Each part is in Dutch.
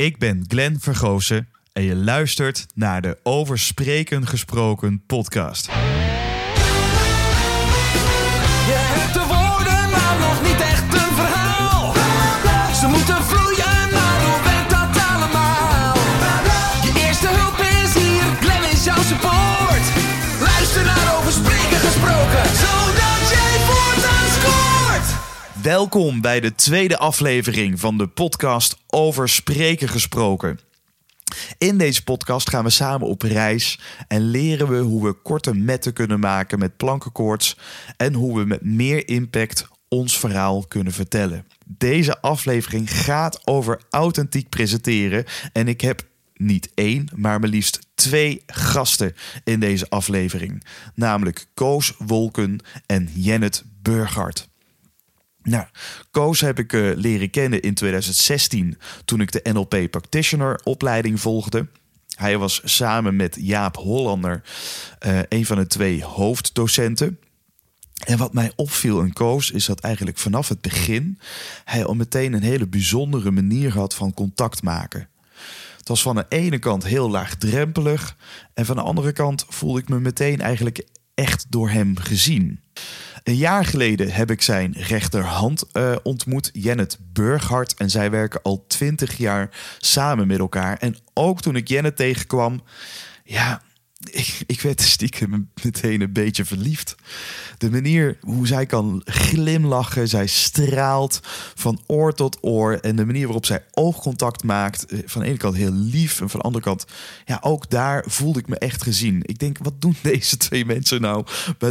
Ik ben Glenn Vergozen en je luistert naar de Over Spreken Gesproken podcast. Je hebt de woorden, maar nog niet echt een verhaal. Ze moeten vloeien, maar hoe werkt dat allemaal? Je eerste hulp is hier, Glenn is jouw support. Luister naar Over Spreken Gesproken, zodat jij voortaan scoort. Welkom bij de tweede aflevering van de podcast Over Spreken Gesproken. In deze podcast gaan we samen op reis en leren we hoe we korte metten kunnen maken met plankenkoorts en hoe we met meer impact ons verhaal kunnen vertellen. Deze aflevering gaat over authentiek presenteren en ik heb niet één, maar maar liefst 2 gasten in deze aflevering. Namelijk Koos Wolken en Jennet Burghardt. Nou, Koos heb ik leren kennen in 2016 toen ik de NLP Practitioner opleiding volgde. Hij was samen met Jaap Hollander een van de 2 hoofddocenten. En wat mij opviel in Koos is dat eigenlijk vanaf het begin hij al meteen een hele bijzondere manier had van contact maken. Het was van de ene kant heel laagdrempelig en van de andere kant voelde ik me meteen eigenlijk echt door hem gezien. Een jaar geleden heb ik zijn rechterhand ontmoet, Jennet Burghardt. En zij werken al 20 jaar samen met elkaar. En ook toen ik Jennet tegenkwam, ja, ik werd stiekem meteen een beetje verliefd. De manier hoe zij kan glimlachen, zij straalt van oor tot oor. En de manier waarop zij oogcontact maakt, van de ene kant heel lief en van de andere kant, ja, ook daar voelde ik me echt gezien. Ik denk, wat doen deze 2 mensen nou,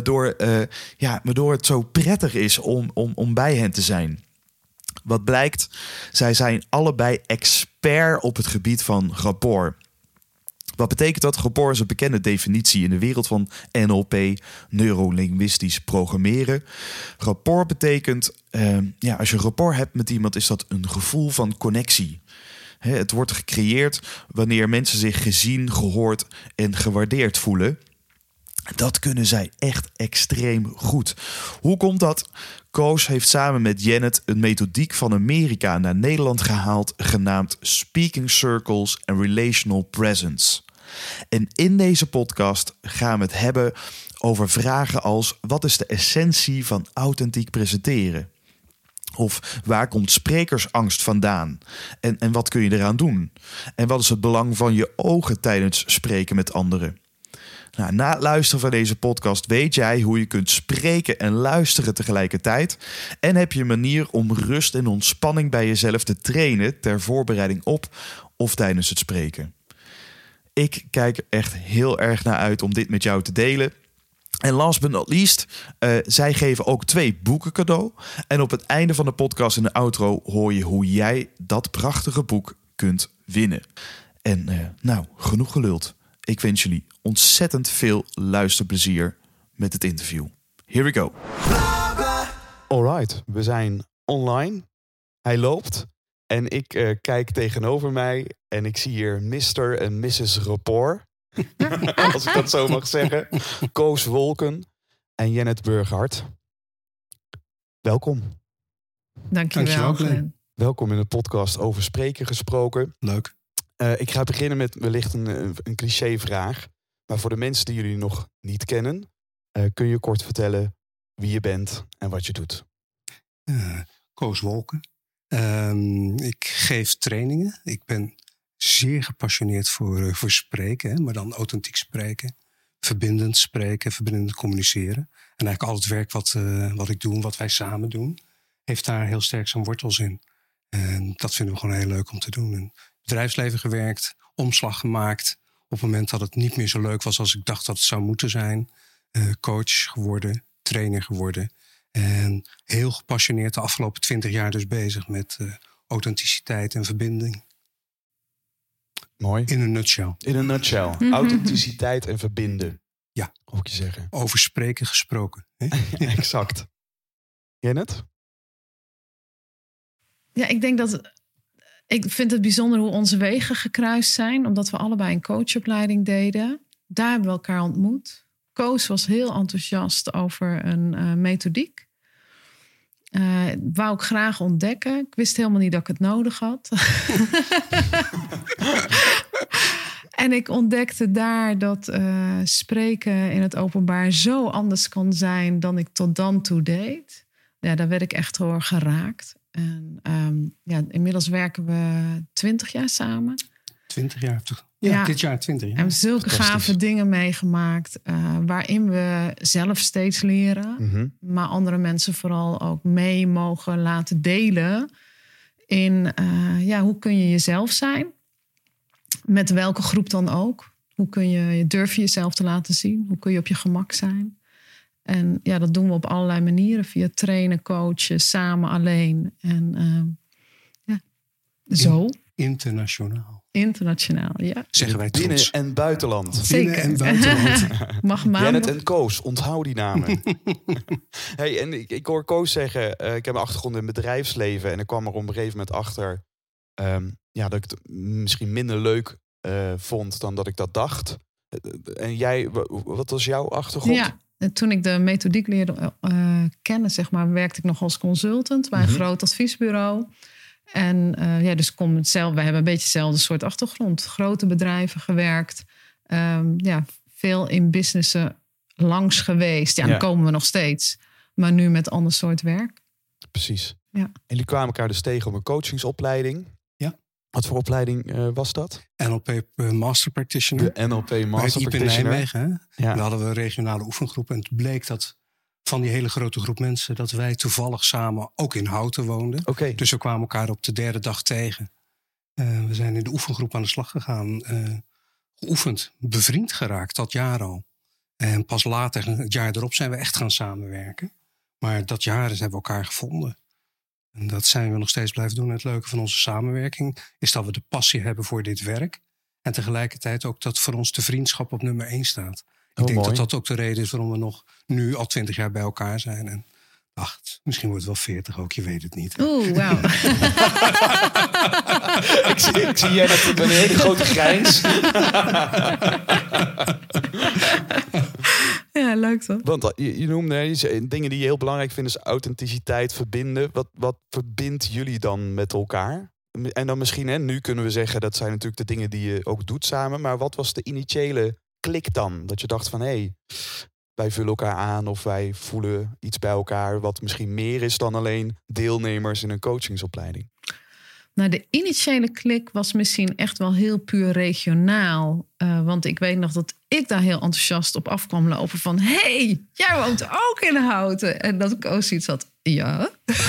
waardoor het zo prettig is om bij hen te zijn? Wat blijkt, zij zijn allebei expert op het gebied van rapport. Wat betekent dat? Rapport is een bekende definitie in de wereld van NLP, neurolinguïstisch programmeren. Rapport betekent, als je rapport hebt met iemand, is dat een gevoel van connectie. Het wordt gecreëerd wanneer mensen zich gezien, gehoord en gewaardeerd voelen. Dat kunnen zij echt extreem goed. Hoe komt dat? Koos heeft samen met Jennet een methodiek van Amerika naar Nederland gehaald, genaamd Speaking Circles and Relational Presence. En in deze podcast gaan we het hebben over vragen als: wat is de essentie van authentiek presenteren? Of waar komt sprekersangst vandaan? En wat kun je eraan doen? En wat is het belang van je ogen tijdens spreken met anderen? Nou, na het luisteren van deze podcast weet jij hoe je kunt spreken en luisteren tegelijkertijd. En heb je een manier om rust en ontspanning bij jezelf te trainen ter voorbereiding op of tijdens het spreken. Ik kijk er echt heel erg naar uit om dit met jou te delen. En last but not least, zij geven ook 2 boeken cadeau. En op het einde van de podcast in de outro hoor je hoe jij dat prachtige boek kunt winnen. En genoeg geluld. Ik wens jullie ontzettend veel luisterplezier met het interview. Here we go. Alright, we zijn online. Hij loopt en ik kijk tegenover mij en ik zie hier Mr. en Mrs. Rapport. Als ik dat zo mag zeggen. Koos Wolken en Jennet Burghardt. Welkom. Dankjewel, Glenn. Welkom in de podcast Over Spreken Gesproken. Leuk. Ik ga beginnen met wellicht een clichévraag. Maar voor de mensen die jullie nog niet kennen, kun je kort vertellen wie je bent en wat je doet? Koos Wolken. Ik geef trainingen. Ik ben zeer gepassioneerd voor spreken, hè, maar dan authentiek spreken. Verbindend communiceren. En eigenlijk al het werk wat ik doe, wat wij samen doen, heeft daar heel sterk zijn wortels in. En dat vinden we gewoon heel leuk om te doen. En bedrijfsleven gewerkt, omslag gemaakt. Op het moment dat het niet meer zo leuk was als ik dacht dat het zou moeten zijn. Coach geworden, trainer geworden. En heel gepassioneerd de afgelopen 20 jaar dus bezig met authenticiteit en verbinding. Mooi. In een nutshell. In een nutshell. Mm-hmm. Authenticiteit en verbinden. Ja. Ook je zeggen. Over spreken gesproken. Hè? Exact. Jennet? Ja, ik vind het bijzonder hoe onze wegen gekruist zijn. Omdat we allebei een coachopleiding deden. Daar hebben we elkaar ontmoet. Koos was heel enthousiast over een methodiek. Wou ik graag ontdekken. Ik wist helemaal niet dat ik het nodig had. En ik ontdekte daar dat spreken in het openbaar zo anders kan zijn dan ik tot dan toe deed. Ja, daar werd ik echt door geraakt. En inmiddels werken we 20 jaar samen. 20 jaar toch? Ja, dit jaar 20 jaar. En zulke gave dingen meegemaakt. Waarin we zelf steeds leren. Mm-hmm. Maar andere mensen vooral ook mee mogen laten delen. In hoe kun je jezelf zijn? Met welke groep dan ook. Durf je jezelf te laten zien? Hoe kun je op je gemak zijn? En dat doen we op allerlei manieren. Via trainen, coachen, samen, alleen. En zo. Internationaal, ja. Zeggen wij trots. Binnen- en buitenland. Zeker. Binnen- en buitenland. Mag maandag. Janet en Koos, onthoud die namen. Hey, en ik hoor Koos zeggen, ik heb een achtergrond in bedrijfsleven. En ik kwam er op een gegeven moment achter dat ik het misschien minder leuk vond dan dat ik dat dacht. En jij, wat was jouw achtergrond? Ja, en toen ik de methodiek leerde kennen, zeg maar, werkte ik nog als consultant bij een groot adviesbureau. En dus wij hebben een beetje hetzelfde soort achtergrond. Grote bedrijven gewerkt. Veel in businessen langs geweest. Ja, dan komen we nog steeds. Maar nu met ander soort werk. Precies. Ja. En jullie kwamen elkaar dus tegen op een coachingsopleiding. Ja. Wat voor opleiding was dat? NLP Master Practitioner. De NLP Bij Master het IP Practitioner. Nijmegen. Hè? Ja. Daar hadden we een regionale oefengroep. En het bleek dat van die hele grote groep mensen, dat wij toevallig samen ook in Houten woonden. Oké. Dus we kwamen elkaar op de derde dag tegen. We zijn in de oefengroep aan de slag gegaan. Geoefend, bevriend geraakt, dat jaar al. En pas later, het jaar erop, zijn we echt gaan samenwerken. Maar dat jaar hebben we elkaar gevonden. En dat zijn we nog steeds blijven doen. En het leuke van onze samenwerking is dat we de passie hebben voor dit werk. En tegelijkertijd ook dat voor ons de vriendschap op nummer 1 staat. Ik denk mooi. dat dat ook de reden is waarom we nog nu al 20 jaar bij elkaar zijn. En misschien wordt het wel 40 ook, je weet het niet. Oeh, wauw. ik zie jij met een hele grote grijns. Ja, leuk toch? Want je noemde dingen die je heel belangrijk vindt, is authenticiteit, verbinden. Wat verbindt jullie dan met elkaar? En dan misschien, nu kunnen we zeggen, dat zijn natuurlijk de dingen die je ook doet samen. Maar wat was de initiële klik dan? Dat je dacht van, wij vullen elkaar aan of wij voelen iets bij elkaar wat misschien meer is dan alleen deelnemers in een coachingsopleiding. Nou, de initiële klik was misschien echt wel heel puur regionaal. Want ik weet nog dat ik daar heel enthousiast op af kwam lopen van, hey, jij woont ook in Houten. En dat ik ook zoiets had, ja.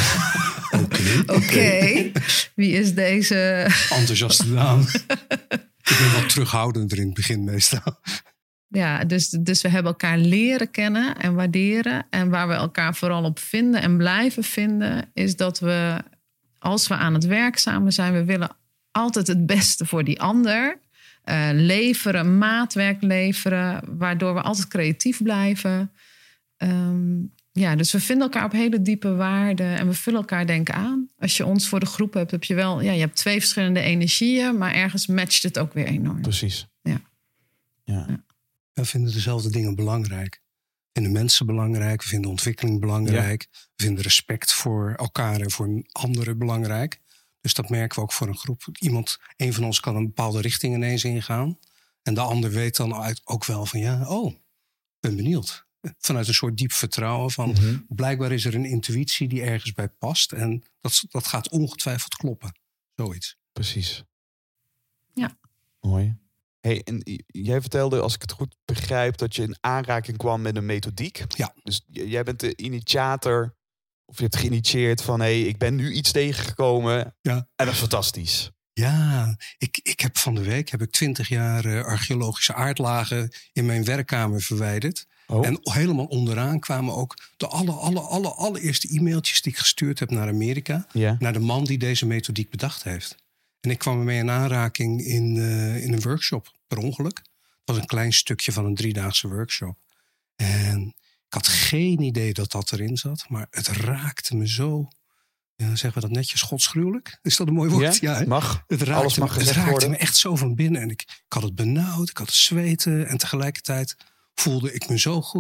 Oké. Wie is deze? Enthousiaste naam. Ik ben wat terughoudender in het begin meestal. Ja, dus we hebben elkaar leren kennen en waarderen. En waar we elkaar vooral op vinden en blijven vinden, is dat we, als we aan het werk samen zijn, we willen altijd het beste voor die ander. Leveren, maatwerk leveren, waardoor we altijd creatief blijven. Dus we vinden elkaar op hele diepe waarden en we vullen elkaar denken aan. Als je ons voor de groep hebt, heb je wel, je hebt 2 verschillende energieën, maar ergens matcht het ook weer enorm. Precies. Ja. We vinden dezelfde dingen belangrijk. We vinden mensen belangrijk, we vinden ontwikkeling belangrijk. Ja. We vinden respect voor elkaar en voor anderen belangrijk. Dus dat merken we ook voor een groep. Een van ons kan een bepaalde richting ineens ingaan. En de ander weet dan ook wel van, ik ben benieuwd. Vanuit een soort diep vertrouwen van, blijkbaar is er een intuïtie die ergens bij past. En dat gaat ongetwijfeld kloppen. Zoiets. Precies. Ja. Mooi. Hey, en jij vertelde, als ik het goed begrijp, dat je in aanraking kwam met een methodiek. Ja. Dus jij bent de initiator, of je hebt geïnitieerd van, ik ben nu iets tegengekomen. Ja. En dat is fantastisch. Ja, ik heb van de week 20 jaar archeologische aardlagen in mijn werkkamer verwijderd. Oh. En helemaal onderaan kwamen ook de allereerste e-mailtjes die ik gestuurd heb naar Amerika. Ja. Naar de man die deze methodiek bedacht heeft. En ik kwam ermee in aanraking in een workshop per ongeluk. Het was een klein stukje van een 3-daagse workshop. En ik had geen idee dat dat erin zat. Maar het raakte me zo, zeggen we dat netjes, godsgruwelijk? Is dat een mooi woord? Ja, mag. Alles mag gezegd worden. Het raakte me echt zo van binnen. En ik had het benauwd, ik had het zweten. En tegelijkertijd voelde ik me zo goed.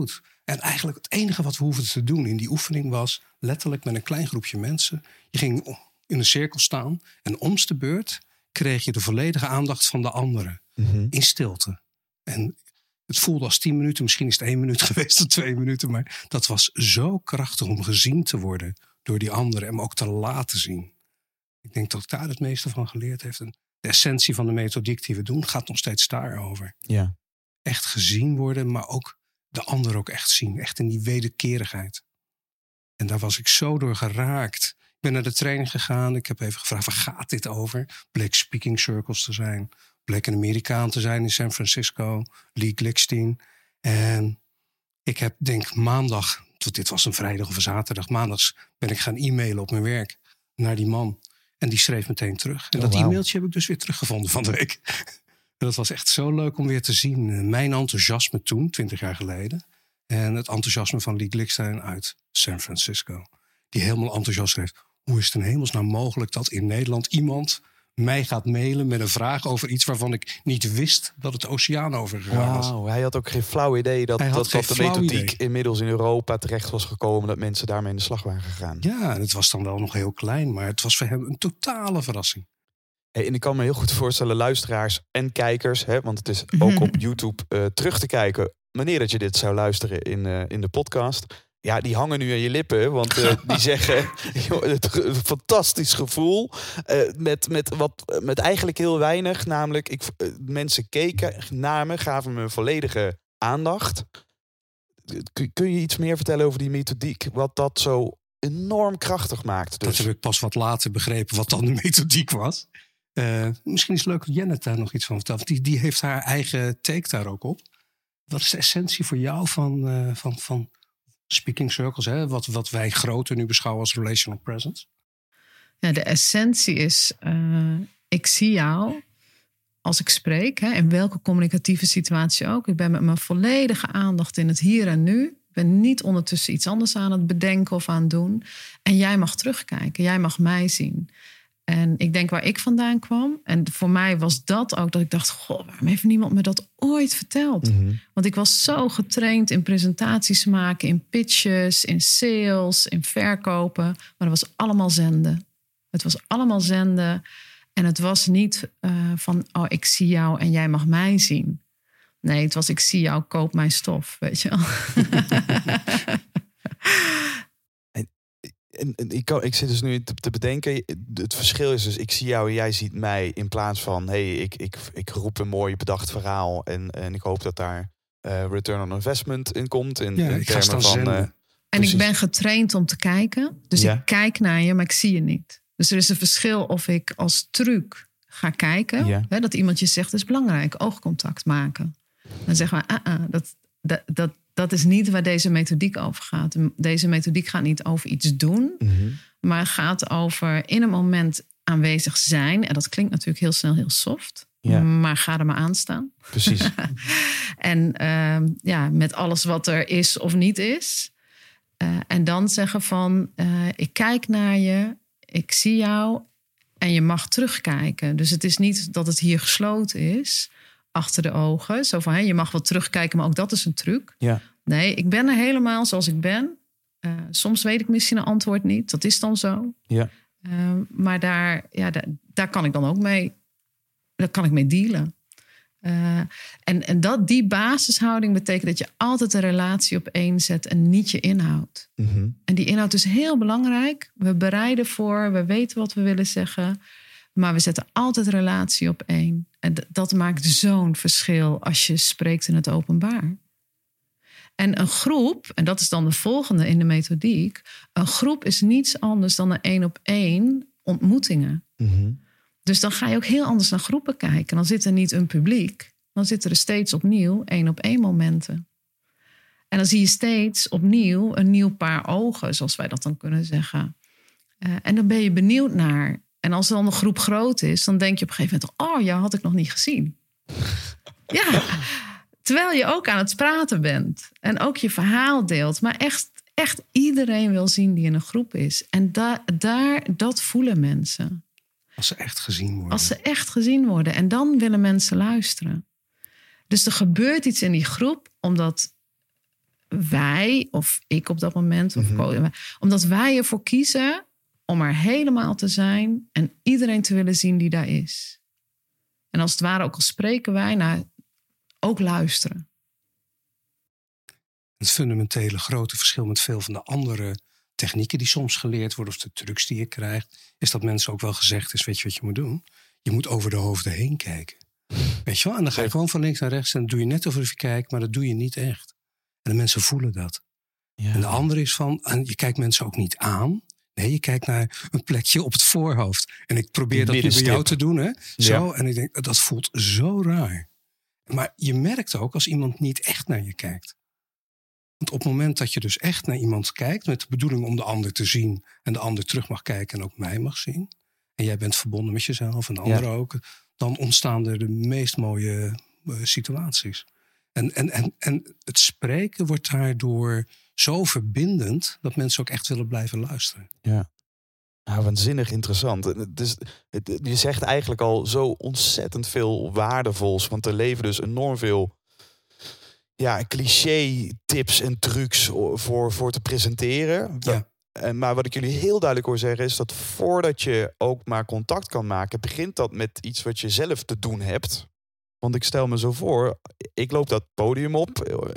En eigenlijk het enige wat we hoefden te doen in die oefening was letterlijk met een klein groepje mensen. Je ging in een cirkel staan en om's de beurt kreeg je de volledige aandacht van de anderen. In stilte. En het voelde als 10 minuten, misschien is het 1 minuut geweest of 2 minuten. Maar dat was zo krachtig om gezien te worden door die anderen en me ook te laten zien. Ik denk dat ik daar het meeste van geleerd heb. En de essentie van de methodiek die we doen gaat nog steeds daarover. Ja. Echt gezien worden, maar ook de ander ook echt zien. Echt in die wederkerigheid. En daar was ik zo door geraakt. Ik ben naar de training gegaan. Ik heb even gevraagd, waar gaat dit over? Bleek speaking circles te zijn. Bleek een Amerikaan te zijn in San Francisco. Lee Glickstein. En ik heb, denk maandag, dit was een vrijdag of een zaterdag. Maandags ben ik gaan e-mailen op mijn werk naar die man. En die schreef meteen terug. En dat e-mailtje heb ik dus weer teruggevonden van de week. En dat was echt zo leuk om weer te zien. Mijn enthousiasme toen, 20 jaar geleden. En het enthousiasme van Lee Glickstein uit San Francisco. Die helemaal enthousiast schreef. Hoe is het in hemelsnaam mogelijk dat in Nederland iemand mij gaat mailen met een vraag over iets waarvan ik niet wist dat het oceaan overgegaan was. Wauw, hij had ook geen flauw idee dat de methodiek inmiddels in Europa terecht was gekomen. Dat mensen daarmee in de slag waren gegaan. Ja, en het was dan wel nog heel klein, maar het was voor hem een totale verrassing. Hey, en ik kan me heel goed voorstellen, luisteraars en kijkers, want het is ook op YouTube terug te kijken wanneer dat je dit zou luisteren in de podcast. Ja, die hangen nu aan je lippen, want die zeggen, joh, het fantastisch gevoel met eigenlijk heel weinig. Namelijk, mensen keken naar me, gaven me volledige aandacht. Kun je iets meer vertellen over die methodiek? Wat dat zo enorm krachtig maakt? Dus. Dat heb ik pas wat later begrepen wat dan de methodiek was. Misschien is het leuk dat Janet daar nog iets van vertelt. Die heeft haar eigen take daar ook op. Wat is de essentie voor jou van speaking circles? Hè? Wat wij groter nu beschouwen als relational presence? Ja, de essentie is, ik zie jou als ik spreek. In welke communicatieve situatie ook. Ik ben met mijn volledige aandacht in het hier en nu. Ik ben niet ondertussen iets anders aan het bedenken of aan het doen. En jij mag terugkijken. Jij mag mij zien. En ik denk waar ik vandaan kwam. En voor mij was dat ook dat ik dacht, goh, waarom heeft niemand me dat ooit verteld? Want ik was zo getraind in presentaties maken, in pitches, in sales, in verkopen. Maar dat was allemaal zenden. Het was allemaal zenden. En het was niet van, oh, ik zie jou en jij mag mij zien. Nee, het was, ik zie jou, koop mijn stof, weet je wel. En ik zit dus nu te bedenken, het verschil is dus, ik zie jou en jij ziet mij, in plaats van, hey, ik roep een mooi bedacht verhaal en ik hoop dat daar return on investment in komt. In termen van. En ik ben getraind om te kijken, dus ik kijk naar je, maar ik zie je niet. Dus er is een verschil of ik als truc ga kijken, dat iemand je zegt, dat is belangrijk, oogcontact maken. Dan zeggen we, dat is niet waar deze methodiek over gaat. Deze methodiek gaat niet over iets doen. Maar gaat over in een moment aanwezig zijn. En dat klinkt natuurlijk heel snel heel soft. Maar ga er maar aan staan. Precies. En met alles wat er is of niet is. En dan zeggen van, ik kijk naar je. Ik zie jou. En je mag terugkijken. Dus het is niet dat het hier gesloten is. Achter de ogen. Zo van, je mag wel terugkijken, maar ook dat is een truc. Ja. Nee, ik ben er helemaal zoals ik ben. Soms weet ik misschien een antwoord niet. Dat is dan zo. Ja. Maar daar kan ik dan ook mee. Daar kan ik mee dealen. En die basishouding betekent dat je altijd een relatie op één zet en niet je inhoud. En die inhoud is heel belangrijk. We bereiden voor, we weten wat we willen zeggen. Maar we zetten altijd relatie op één. En dat maakt zo'n verschil als je spreekt in het openbaar. En een groep, en dat is dan de volgende in de methodiek. Een groep is niets anders dan een 1-op-1 ontmoetingen. Dus dan ga je ook heel anders naar groepen kijken. Dan zit er niet een publiek. Dan zitten er steeds opnieuw 1-op-1 momenten. En dan zie je steeds opnieuw een nieuw paar ogen, zoals wij dat dan kunnen zeggen. En dan ben je benieuwd naar. En als dan een groep groot is, dan denk je op een gegeven moment, oh, jou had ik nog niet gezien. Ja, terwijl je ook aan het praten bent. En ook je verhaal deelt. Maar echt iedereen wil zien die in een groep is. En dat voelen mensen. Als ze echt gezien worden. Als ze echt gezien worden. En dan willen mensen luisteren. Dus er gebeurt iets in die groep, omdat wij, of ik op dat moment, omdat wij ervoor kiezen om er helemaal te zijn en iedereen te willen zien die daar is. En als het ware, ook al spreken wij, nou, ook luisteren. Het fundamentele grote verschil met veel van de andere technieken die soms geleerd worden, of de trucs die je krijgt, is dat mensen ook wel gezegd is, weet je wat je moet doen? Je moet over de hoofden heen kijken. Weet je wel? En dan ga je gewoon van links naar rechts en dan doe je net alsof je kijkt, maar dat doe je niet echt. En de mensen voelen dat. Ja. En de andere is en je kijkt mensen ook niet aan. Nee, je kijkt naar een plekje op het voorhoofd. En ik probeer dat nu bij jou te doen. Hè? Zo, ja. En ik denk, dat voelt zo raar. Maar je merkt ook als iemand niet echt naar je kijkt. Want op het moment dat je dus echt naar iemand kijkt, met de bedoeling om de ander te zien en de ander terug mag kijken en ook mij mag zien, en jij bent verbonden met jezelf en de ander ook, dan ontstaan er de meest mooie situaties. En het spreken wordt daardoor zo verbindend dat mensen ook echt willen blijven luisteren. Ja, nou, waanzinnig interessant. Dus, je zegt eigenlijk al zo ontzettend veel waardevols, want er leven dus enorm veel cliché-tips en trucs voor te presenteren. Ja. Maar wat ik jullie heel duidelijk hoor zeggen is dat voordat je ook maar contact kan maken, begint dat met iets wat je zelf te doen hebt. Want ik stel me zo voor, ik loop dat podium op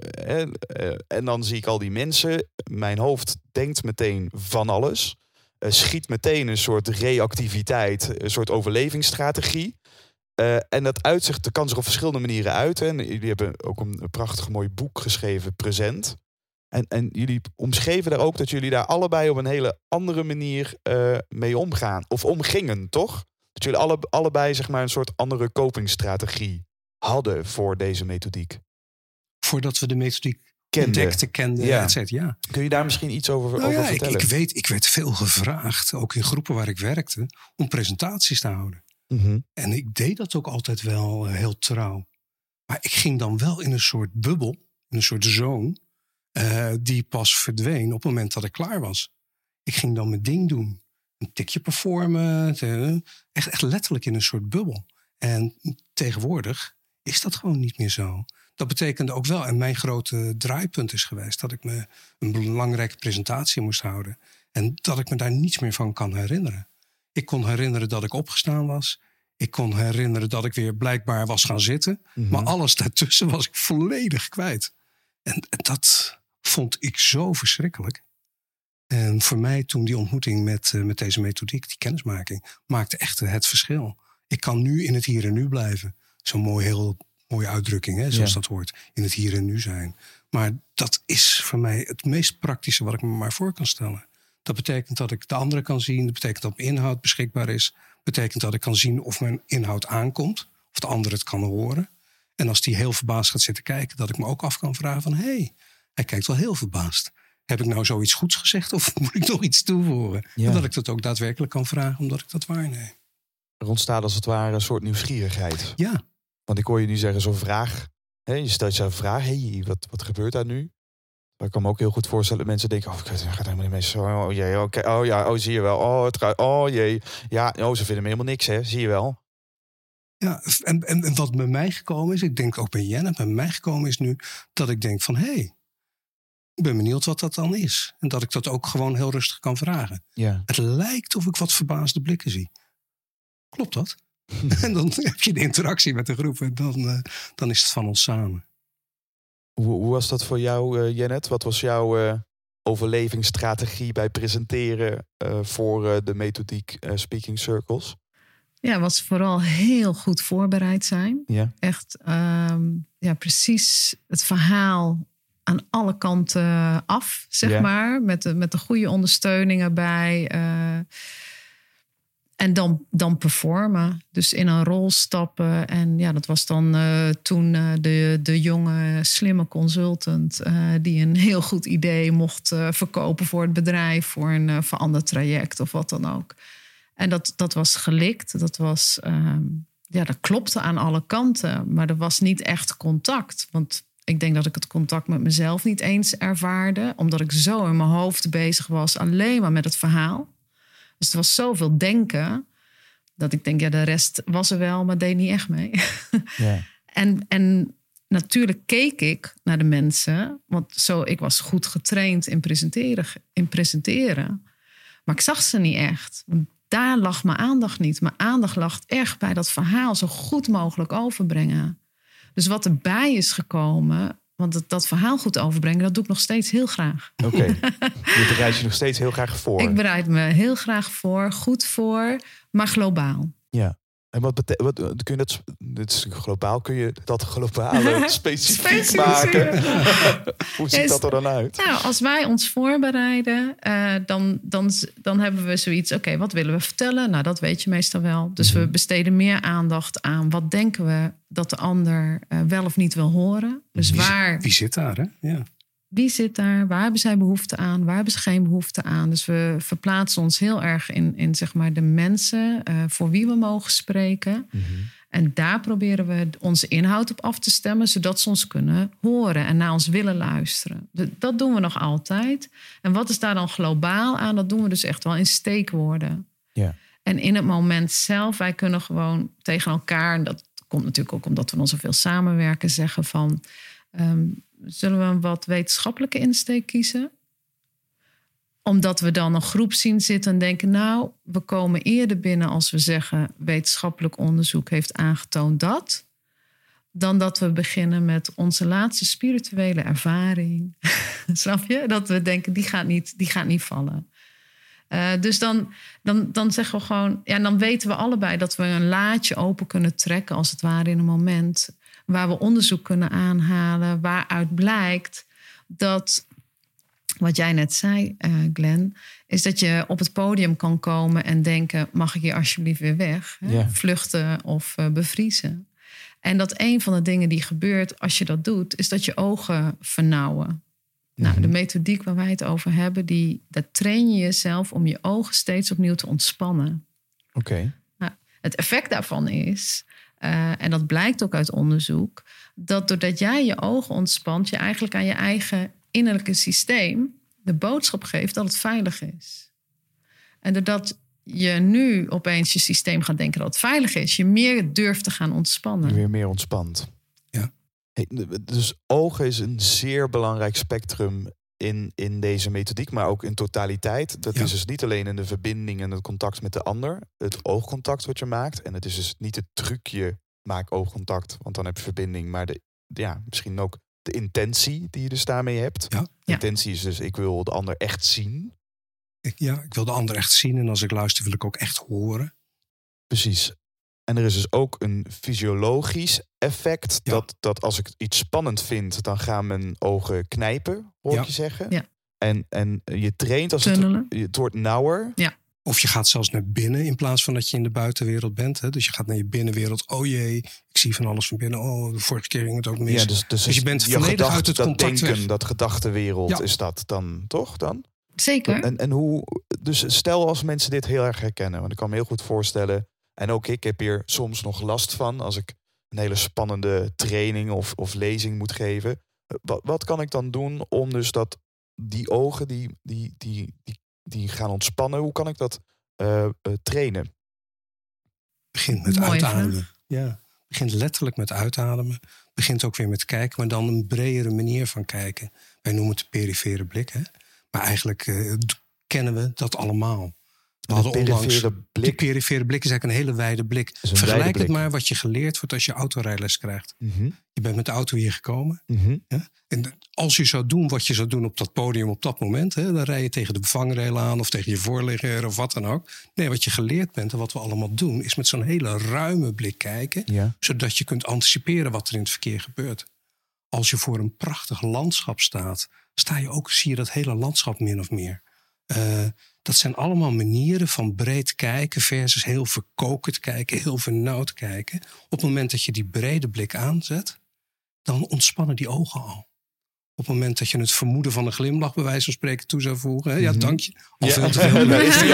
en dan zie ik al die mensen. Mijn hoofd denkt meteen van alles. Schiet meteen een soort reactiviteit, een soort overlevingsstrategie. En dat uitzicht, dat kan zich op verschillende manieren uiten. En jullie hebben ook een prachtig mooi boek geschreven, Present. En jullie omschreven daar ook dat jullie daar allebei op een hele andere manier mee omgaan. Of omgingen, toch? Dat jullie allebei zeg maar een soort andere copingstrategie hadden voor deze methodiek. Voordat we de methodiek ontdekten, kenden, et cetera. Ja. Kun je daar misschien iets over vertellen? Ik werd veel gevraagd, ook in groepen waar ik werkte, om presentaties te houden. Mm-hmm. En ik deed dat ook altijd wel heel trouw. Maar ik ging dan wel in een soort bubbel, in een soort zone, die pas verdween op het moment dat ik klaar was. Ik ging dan mijn ding doen. Een tikje performen. Echt letterlijk in een soort bubbel. En tegenwoordig is dat gewoon niet meer zo. Dat betekende ook wel, en mijn grote draaipunt is geweest, dat ik me een belangrijke presentatie moest houden. En dat ik me daar niets meer van kan herinneren. Ik kon herinneren dat ik opgestaan was. Ik kon herinneren dat ik weer blijkbaar was gaan zitten. Mm-hmm. Maar alles daartussen was ik volledig kwijt. En dat vond ik zo verschrikkelijk. En voor mij toen die ontmoeting met deze methodiek, die kennismaking, maakte echt het verschil. Ik kan nu in het hier en nu blijven. Zo'n heel mooie uitdrukking, hè, zoals dat hoort. In het hier en nu zijn. Maar dat is voor mij het meest praktische wat ik me maar voor kan stellen. Dat betekent dat ik de andere kan zien. Dat betekent dat mijn inhoud beschikbaar is. Dat betekent dat ik kan zien of mijn inhoud aankomt. Of de ander het kan horen. En als die heel verbaasd gaat zitten kijken, dat ik me ook af kan vragen van, hey, hij kijkt wel heel verbaasd. Heb ik nou zoiets goeds gezegd of moet ik nog iets toevoegen? Ja. En dat ik dat ook daadwerkelijk kan vragen omdat ik dat waarneem. Er ontstaat als het ware een soort nieuwsgierigheid. Ja. Want ik hoor je nu zeggen zo'n vraag. Je stelt jezelf een vraag. Hey, wat gebeurt daar nu? Maar ik kan me ook heel goed voorstellen dat mensen denken, ik ga helemaal niet mee zo. Oh jee, oké. Oh ja, zie je wel. Oh jee. Ja, ze vinden me helemaal niks, hè. Zie je wel. Ja, en wat bij mij gekomen is, ik denk ook bij Jenna, bij mij gekomen is nu dat ik denk van, hey, ik ben benieuwd wat dat dan is. En dat ik dat ook gewoon heel rustig kan vragen. Ja. Het lijkt of ik wat verbaasde blikken zie. Klopt dat? En dan heb je de interactie met de groep en dan is het van ons samen. Hoe was dat voor jou, Jennet? Wat was jouw overlevingsstrategie bij presenteren voor de methodiek Speaking Circles? Ja, was vooral heel goed voorbereid zijn. Ja. Echt precies het verhaal aan alle kanten af, zeg maar. Met de goede ondersteuning erbij. En dan performen. Dus in een rol stappen. En ja, dat was dan toen de jonge, slimme consultant die een heel goed idee mocht verkopen voor het bedrijf, voor een veranderd traject of wat dan ook. En dat was gelikt. Dat was, dat klopte aan alle kanten. Maar er was niet echt contact. Want ik denk dat ik het contact met mezelf niet eens ervaarde. Omdat ik zo in mijn hoofd bezig was alleen maar met het verhaal. Dus er was zoveel denken dat ik denk, de rest was er wel, maar deed niet echt mee. Ja. En natuurlijk keek ik naar de mensen. Want ik was goed getraind in presenteren. Maar ik zag ze niet echt. Want daar lag mijn aandacht niet. Mijn aandacht lag echt bij dat verhaal zo goed mogelijk overbrengen. Dus wat erbij is gekomen... Want dat verhaal goed overbrengen, dat doe ik nog steeds heel graag. Oké. Je bereidt je nog steeds heel graag voor. Ik bereid me heel graag voor, goed voor, maar globaal. Ja. En wat kun je dat... Dit is globaal. Kun je dat globale specifiek maken? Hoe ziet dat er dan uit? Nou, als wij ons voorbereiden, dan hebben we zoiets... Oké, wat willen we vertellen? Nou, dat weet je meestal wel. Dus we besteden meer aandacht aan... wat denken we dat de ander wel of niet wil horen. Dus Wie zit daar, hè? Ja. Wie zit daar? Waar hebben zij behoefte aan? Waar hebben ze geen behoefte aan? Dus we verplaatsen ons heel erg in zeg maar de mensen... voor wie we mogen spreken. Mm-hmm. En daar proberen we onze inhoud op af te stemmen... zodat ze ons kunnen horen en naar ons willen luisteren. Dat doen we nog altijd. En wat is daar dan globaal aan? Dat doen we dus echt wel in steekwoorden. Ja. En in het moment zelf, wij kunnen gewoon tegen elkaar... en dat komt natuurlijk ook omdat we dan zoveel samenwerken... zeggen van... zullen we een wat wetenschappelijke insteek kiezen? Omdat we dan een groep zien zitten en denken... nou, we komen eerder binnen als we zeggen... wetenschappelijk onderzoek heeft aangetoond dat... dan dat we beginnen met onze laatste spirituele ervaring. Snap je? Dat we denken, die gaat niet vallen. Dus dan zeggen we gewoon... ja, dan weten we allebei dat we een laadje open kunnen trekken... als het ware in een moment... waar we onderzoek kunnen aanhalen... waaruit blijkt dat... wat jij net zei, Glenn... is dat je op het podium kan komen en denken... mag ik hier alsjeblieft weer weg? Hè? Ja. Vluchten of bevriezen. En dat een van de dingen die gebeurt als je dat doet... is dat je ogen vernauwen. Nou, de methodiek waar wij het over hebben... daar train je jezelf om je ogen steeds opnieuw te ontspannen. Oké. Nou, het effect daarvan is... en dat blijkt ook uit onderzoek... dat doordat jij je ogen ontspant... je eigenlijk aan je eigen innerlijke systeem... de boodschap geeft dat het veilig is. En doordat je nu opeens je systeem gaat denken dat het veilig is... je meer durft te gaan ontspannen. Weer meer ontspant. Ja. Hey, dus ogen is een zeer belangrijk spectrum... in deze methodiek, maar ook in totaliteit. Dat is dus niet alleen in de verbinding en het contact met de ander. Het oogcontact wat je maakt. En het is dus niet het trucje, maak oogcontact, want dan heb je verbinding. Maar misschien ook de intentie die je dus daarmee hebt. Ja. De intentie is dus, ik wil de ander echt zien. Ik wil de ander echt zien. En als ik luister, wil ik ook echt horen. Precies. En er is dus ook een fysiologisch effect. Ja. Dat als ik iets spannend vind, dan gaan mijn ogen knijpen, hoor ik je zeggen. Ja. En je traint als het wordt nauwer. Ja. Of je gaat zelfs naar binnen in plaats van dat je in de buitenwereld bent. Hè? Dus je gaat naar je binnenwereld. Oh jee, ik zie van alles van binnen. Oh, de vorige keer ging het ook mis. Ja, dus je bent volledig uit het contact denken, weg. dat gedachtenwereld is dat dan, toch dan? Zeker. En hoe, dus stel als mensen dit heel erg herkennen. Want ik kan me heel goed voorstellen. En ook ik heb hier soms nog last van als ik een hele spannende training of lezing moet geven. Wat kan ik dan doen om dus dat die ogen die gaan ontspannen? Hoe kan ik dat trainen? Begint met Mooi, uitademen. Ja, begint letterlijk met uitademen. Begint ook weer met kijken, maar dan een bredere manier van kijken. Wij noemen het de perifere blik. Hè? Maar eigenlijk kennen we dat allemaal. We hadden onlangs, die perifere blik is eigenlijk een hele wijde blik. Vergelijk het maar wat je geleerd wordt als je autorijles krijgt. Mm-hmm. Je bent met de auto hier gekomen. Mm-hmm. Ja? En als je zou doen wat je zou doen op dat podium op dat moment... Hè, dan rij je tegen de vangrail aan of tegen je voorligger of wat dan ook. Nee, wat je geleerd bent en wat we allemaal doen... is met zo'n hele ruime blik kijken... Ja. zodat je kunt anticiperen wat er in het verkeer gebeurt. Als je voor een prachtig landschap staat... zie je dat hele landschap min of meer. Dat zijn allemaal manieren van breed kijken... versus heel verkokerd kijken, heel vernauwd kijken. Op het moment dat je die brede blik aanzet... dan ontspannen die ogen al. Op het moment dat je het vermoeden van een glimlach... bij wijze van spreken toe zou voegen. Hè? Ja, dank je. Al veel te veel.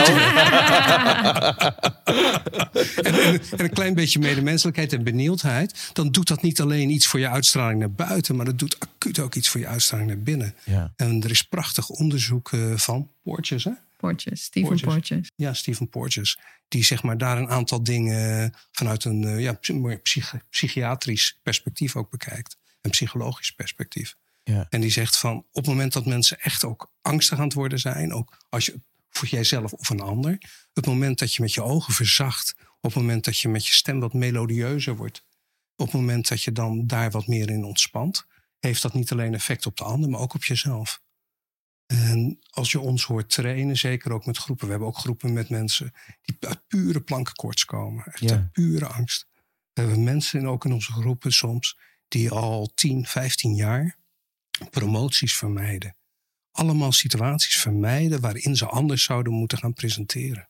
En een klein beetje medemenselijkheid en benieuwdheid... dan doet dat niet alleen iets voor je uitstraling naar buiten... maar dat doet acuut ook iets voor je uitstraling naar binnen. Ja. En er is prachtig onderzoek van Porges, hè? Stephen Porges. Ja, Stephen Porges. Die zeg maar daar een aantal dingen vanuit een psychiatrisch perspectief ook bekijkt. een psychologisch perspectief. Ja. En die zegt van op het moment dat mensen echt ook angstig aan het worden zijn, ook als je voor jijzelf of een ander, op het moment dat je met je ogen verzacht, op het moment dat je met je stem wat melodieuzer wordt, op het moment dat je dan daar wat meer in ontspant, heeft dat niet alleen effect op de ander, maar ook op jezelf. En als je ons hoort trainen, zeker ook met groepen. We hebben ook groepen met mensen die uit pure plankenkoorts komen. Echt uit pure angst. We hebben mensen ook in onze groepen soms die al 10, 15 jaar promoties vermijden. Allemaal situaties vermijden waarin ze anders zouden moeten gaan presenteren.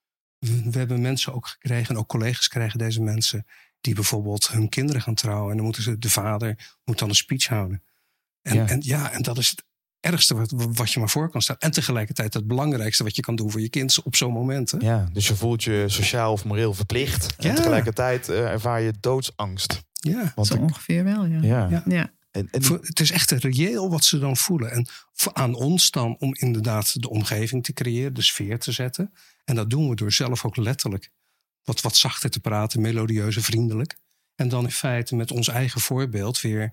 We hebben mensen ook gekregen, en ook collega's krijgen deze mensen, die bijvoorbeeld hun kinderen gaan trouwen. En dan moeten de vader moet dan een speech houden. En dat is het ergste wat je maar voor kan stellen. En tegelijkertijd het belangrijkste wat je kan doen voor je kind op zo'n moment. Hè? Ja, dus je voelt je sociaal of moreel verplicht. En tegelijkertijd ervaar je doodsangst. Ja, zo ongeveer wel, ja. En het is echt reëel wat ze dan voelen. En aan ons dan om inderdaad de omgeving te creëren, de sfeer te zetten. En dat doen we door zelf ook letterlijk wat zachter te praten, melodieuzer, vriendelijk. En dan in feite met ons eigen voorbeeld weer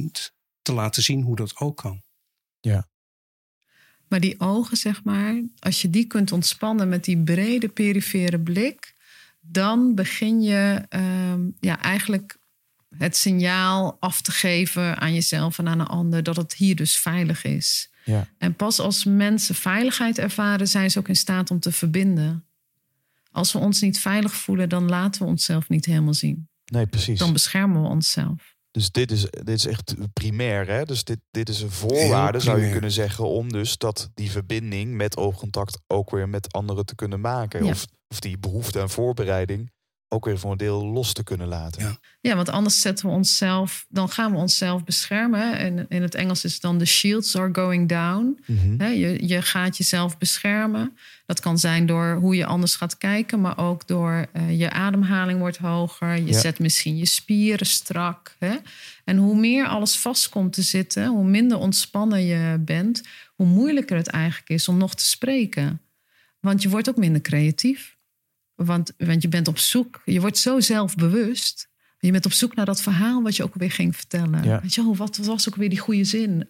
te laten zien hoe dat ook kan. Ja. Maar die ogen, zeg maar, als je die kunt ontspannen met die brede perifere blik, dan begin je eigenlijk het signaal af te geven aan jezelf en aan een ander dat het hier dus veilig is. Ja. En pas als mensen veiligheid ervaren, zijn ze ook in staat om te verbinden. Als we ons niet veilig voelen, dan laten we onszelf niet helemaal zien. Nee, precies. Dan beschermen we onszelf. Dus dit is echt primair, hè? Dus dit is een voorwaarde, zou je kunnen zeggen, om dus die verbinding met oogcontact ook weer met anderen te kunnen maken. Ja. Of die behoefte aan voorbereiding ook weer voor een deel los te kunnen laten. Ja, want anders zetten we onszelf, dan gaan we onszelf beschermen. En in het Engels is het dan the shields are going down. Mm-hmm. Je gaat jezelf beschermen. Dat kan zijn door hoe je anders gaat kijken, maar ook door je ademhaling wordt hoger. Je zet misschien je spieren strak. Hè? En hoe meer alles vast komt te zitten, hoe minder ontspannen je bent, hoe moeilijker het eigenlijk is om nog te spreken. Want je wordt ook minder creatief. Want je bent op zoek, je wordt zo zelfbewust. Je bent op zoek naar dat verhaal wat je ook weer ging vertellen. Ja. Weet je, wat was ook weer die goede zin?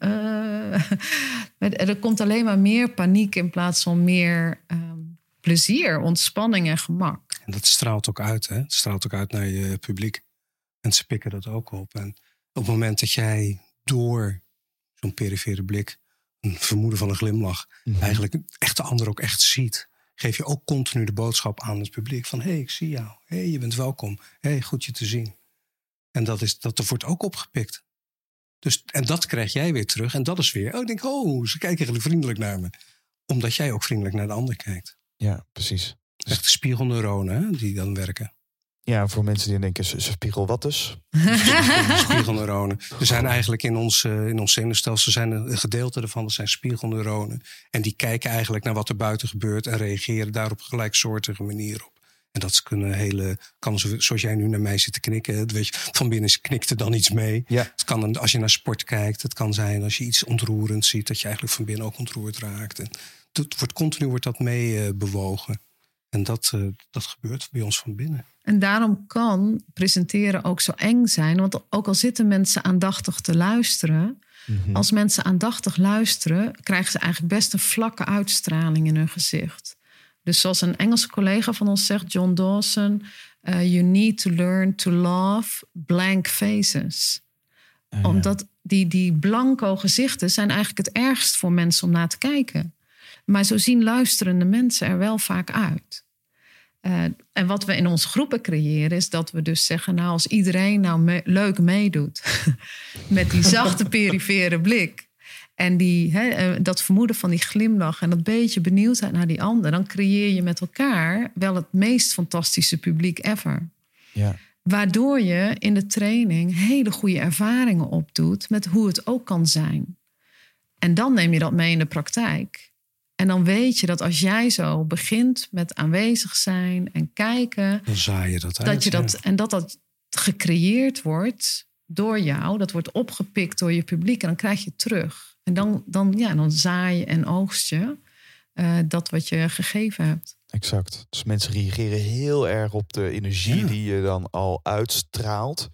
Er komt alleen maar meer paniek in plaats van meer plezier, ontspanning en gemak. En dat straalt ook uit, hè? Het straalt ook uit naar je publiek. En ze pikken dat ook op. En op het moment dat jij door zo'n perifere blik, een vermoeden van een glimlach, eigenlijk echt de ander ook echt ziet, geef je ook continu de boodschap aan het publiek van hé, ik zie jou. Hé, je bent welkom. Hé, goed je te zien. En dat wordt ook opgepikt. Dus, en dat krijg jij weer terug. En dat is weer, ik denk, ze kijken eigenlijk vriendelijk naar me. Omdat jij ook vriendelijk naar de ander kijkt. Ja, precies. Echt de spiegelneuronen, hè, die dan werken. Ja, voor mensen die denken, ze spiegel wat dus? Spiegelneuronen. Er zijn eigenlijk in ons zenuwstelsel zijn een gedeelte ervan, dat zijn spiegelneuronen. En die kijken eigenlijk naar wat er buiten gebeurt en reageren daar op een gelijksoortige manier op. En dat kan zoals jij nu naar mij zit te knikken. Weet je, van binnen knikt er dan iets mee. Ja. Het kan als je naar sport kijkt. Het kan zijn als je iets ontroerends ziet, dat je eigenlijk van binnen ook ontroerd raakt. En continu wordt dat mee bewogen. En dat gebeurt bij ons van binnen. En daarom kan presenteren ook zo eng zijn. Want ook al zitten mensen aandachtig te luisteren, als mensen aandachtig luisteren, krijgen ze eigenlijk best een vlakke uitstraling in hun gezicht. Dus zoals een Engelse collega van ons zegt, John Dawson, you need to learn to love blank faces. Omdat die blanco gezichten zijn eigenlijk het ergst voor mensen om naar te kijken. Maar zo zien luisterende mensen er wel vaak uit. En wat we in onze groepen creëren is dat we dus zeggen, nou, als iedereen leuk meedoet met die zachte perifere blik en dat vermoeden van die glimlach en dat beetje benieuwdheid naar die ander, dan creëer je met elkaar wel het meest fantastische publiek ever. Ja. Waardoor je in de training hele goede ervaringen opdoet met hoe het ook kan zijn. En dan neem je dat mee in de praktijk. En dan weet je dat als jij zo begint met aanwezig zijn en kijken, dan zaai je dat uit. En dat gecreëerd wordt door jou, dat wordt opgepikt door je publiek en dan krijg je het terug. En dan zaai je en oogst je dat wat je gegeven hebt. Exact. Dus mensen reageren heel erg op de energie die je dan al uitstraalt.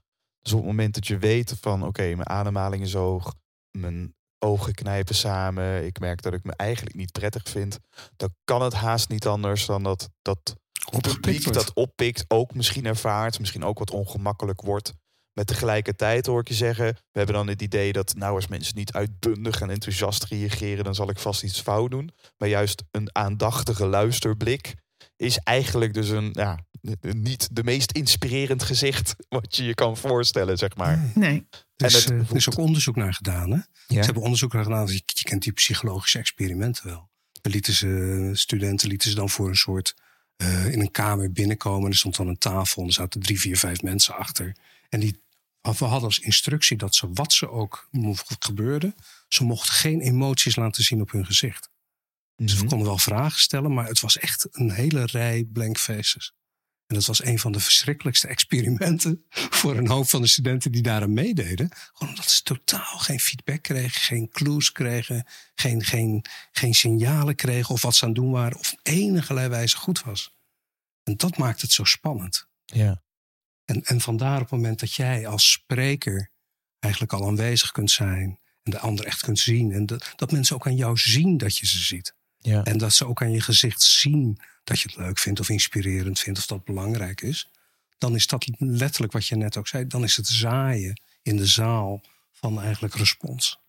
Dus op het moment dat je weet van oké, mijn ademhaling is hoog, mijn ogen knijpen samen, ik merk dat ik me eigenlijk niet prettig vind, dan kan het haast niet anders dan dat publiek dat oppikt, ook misschien ervaart, misschien ook wat ongemakkelijk wordt. Met tegelijkertijd hoor ik je zeggen, we hebben dan het idee dat nou als mensen niet uitbundig en enthousiast reageren, dan zal ik vast iets fout doen. Maar juist een aandachtige luisterblik is eigenlijk dus niet de meest inspirerend gezicht wat je kan voorstellen, zeg maar. Nee. Er is ook onderzoek naar gedaan. Hè? Ja. Ze hebben onderzoek naar gedaan. Je kent die psychologische experimenten wel. Studenten lieten ze dan voor een soort in een kamer binnenkomen. Er stond dan een tafel en er zaten 3, 4, 5 mensen achter. En we hadden als instructie dat wat ze ook gebeurde, ze mochten geen emoties laten zien op hun gezicht. Dus we konden wel vragen stellen, maar het was echt een hele rij blank faces. En dat was een van de verschrikkelijkste experimenten voor een hoop van de studenten die daaraan meededen. Gewoon omdat ze totaal geen feedback kregen, geen clues kregen, geen signalen kregen of wat ze aan het doen waren, of op enige wijze goed was. En dat maakt het zo spannend. Ja. En vandaar op het moment dat jij als spreker eigenlijk al aanwezig kunt zijn en de ander echt kunt zien. En dat mensen ook aan jou zien dat je ze ziet. Ja. En dat ze ook aan je gezicht zien dat je het leuk vindt of inspirerend vindt of dat belangrijk is. Dan is dat letterlijk wat je net ook zei. Dan is het zaaien in de zaal van eigenlijk respons.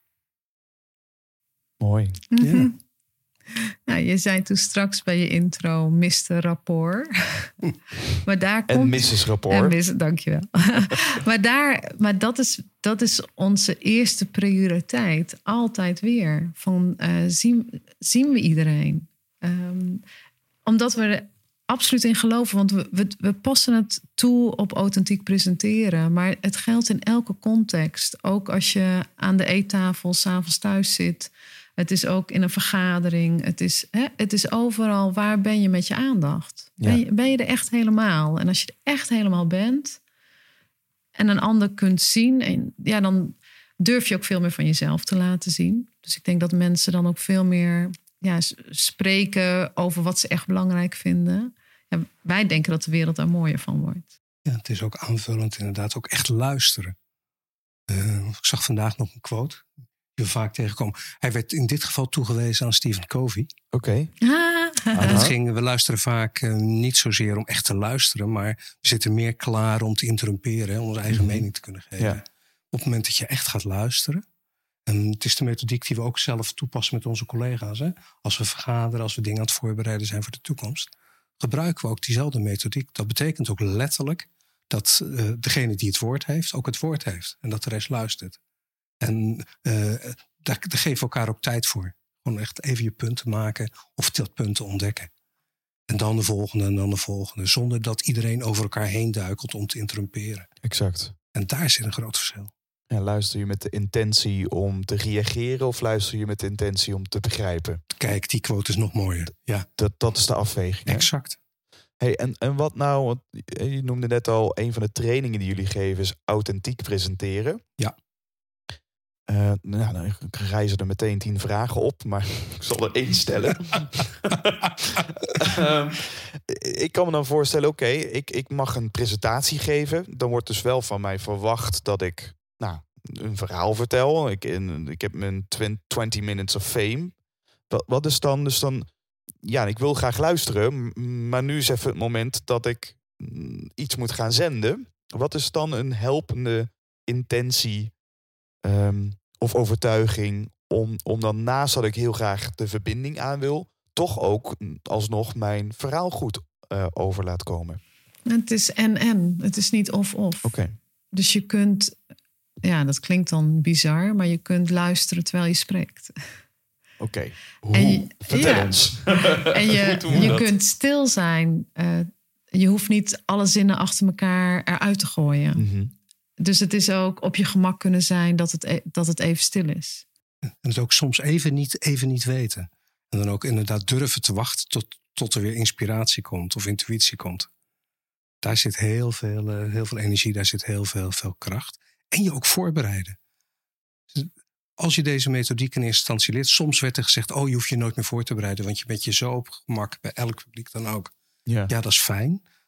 Mooi. Ja. Nou, je zei toen straks bij je intro Mr. Rapport. Maar daar komt... En Mrs. Rapport. Dankjewel. maar dat is onze eerste prioriteit. Altijd weer. Van, zien we iedereen? Omdat we er absoluut in geloven. Want we passen het toe op authentiek presenteren. Maar het geldt in elke context. Ook als je aan de eettafel 's avonds thuis zit. Het is ook in een vergadering. Het is overal. Waar ben je met je aandacht? Ja. Ben je er echt helemaal? En als je er echt helemaal bent en een ander kunt zien, dan durf je ook veel meer van jezelf te laten zien. Dus ik denk dat mensen dan ook veel meer spreken over wat ze echt belangrijk vinden. Ja, wij denken dat de wereld daar mooier van wordt. Ja, het is ook aanvullend inderdaad ook echt luisteren. Ik zag vandaag nog een quote die we vaak tegenkomen. Hij werd in dit geval toegewezen aan Stephen Covey. Oké. We luisteren vaak niet zozeer om echt te luisteren, maar we zitten meer klaar om te interrumperen, om onze eigen mening te kunnen geven. Ja. Op het moment dat je echt gaat luisteren. En het is de methodiek die we ook zelf toepassen met onze collega's. Hè? Als we vergaderen, als we dingen aan het voorbereiden zijn voor de toekomst, gebruiken we ook diezelfde methodiek. Dat betekent ook letterlijk dat degene die het woord heeft, ook het woord heeft. En dat de rest luistert. En daar geven we elkaar ook tijd voor. Gewoon echt even je punten maken of dat punten ontdekken. En dan de volgende en dan de volgende. Zonder dat iedereen over elkaar heen duikelt om te interrumperen. Exact. En daar zit een groot verschil. Ja, luister je met de intentie om te reageren of luister je met de intentie om te begrijpen? Kijk, die quote is nog mooier. Ja, Dat is de afweging. Hè? exact. Hey, en wat nou, want je noemde net al, een van de trainingen die jullie geven is authentiek presenteren. Ja. Dan rijzen er meteen 10 vragen op, maar ik zal er 1 stellen. Ik kan me dan voorstellen, oké, ik mag een presentatie geven. Dan wordt dus wel van mij verwacht dat ik een verhaal vertel. Ik heb mijn 20 minutes of fame. Wat is dan dus dan... Ja, ik wil graag luisteren, maar nu is even het moment dat ik iets moet gaan zenden. Wat is dan een helpende intentie of overtuiging om dan naast dat ik heel graag de verbinding aan wil, toch ook alsnog mijn verhaal goed over laat komen? Het is en. Het is niet of. Oké. Dus je kunt, dat klinkt dan bizar, maar je kunt luisteren terwijl je spreekt. Oké. Vertel ons. En je kunt stil zijn. Je hoeft niet alle zinnen achter elkaar eruit te gooien. Mm-hmm. Dus het is ook op je gemak kunnen zijn dat het even stil is. En het ook soms even niet weten. En dan ook inderdaad durven te wachten tot er weer inspiratie komt of intuïtie komt. Daar zit heel veel energie, daar zit heel veel kracht. En je ook voorbereiden. Als je deze methodiek in eerste instantie leert, soms werd er gezegd, je hoeft je nooit meer voor te bereiden, want je bent je zo op gemak bij elk publiek dan ook. Ja. Ja, dat is fijn.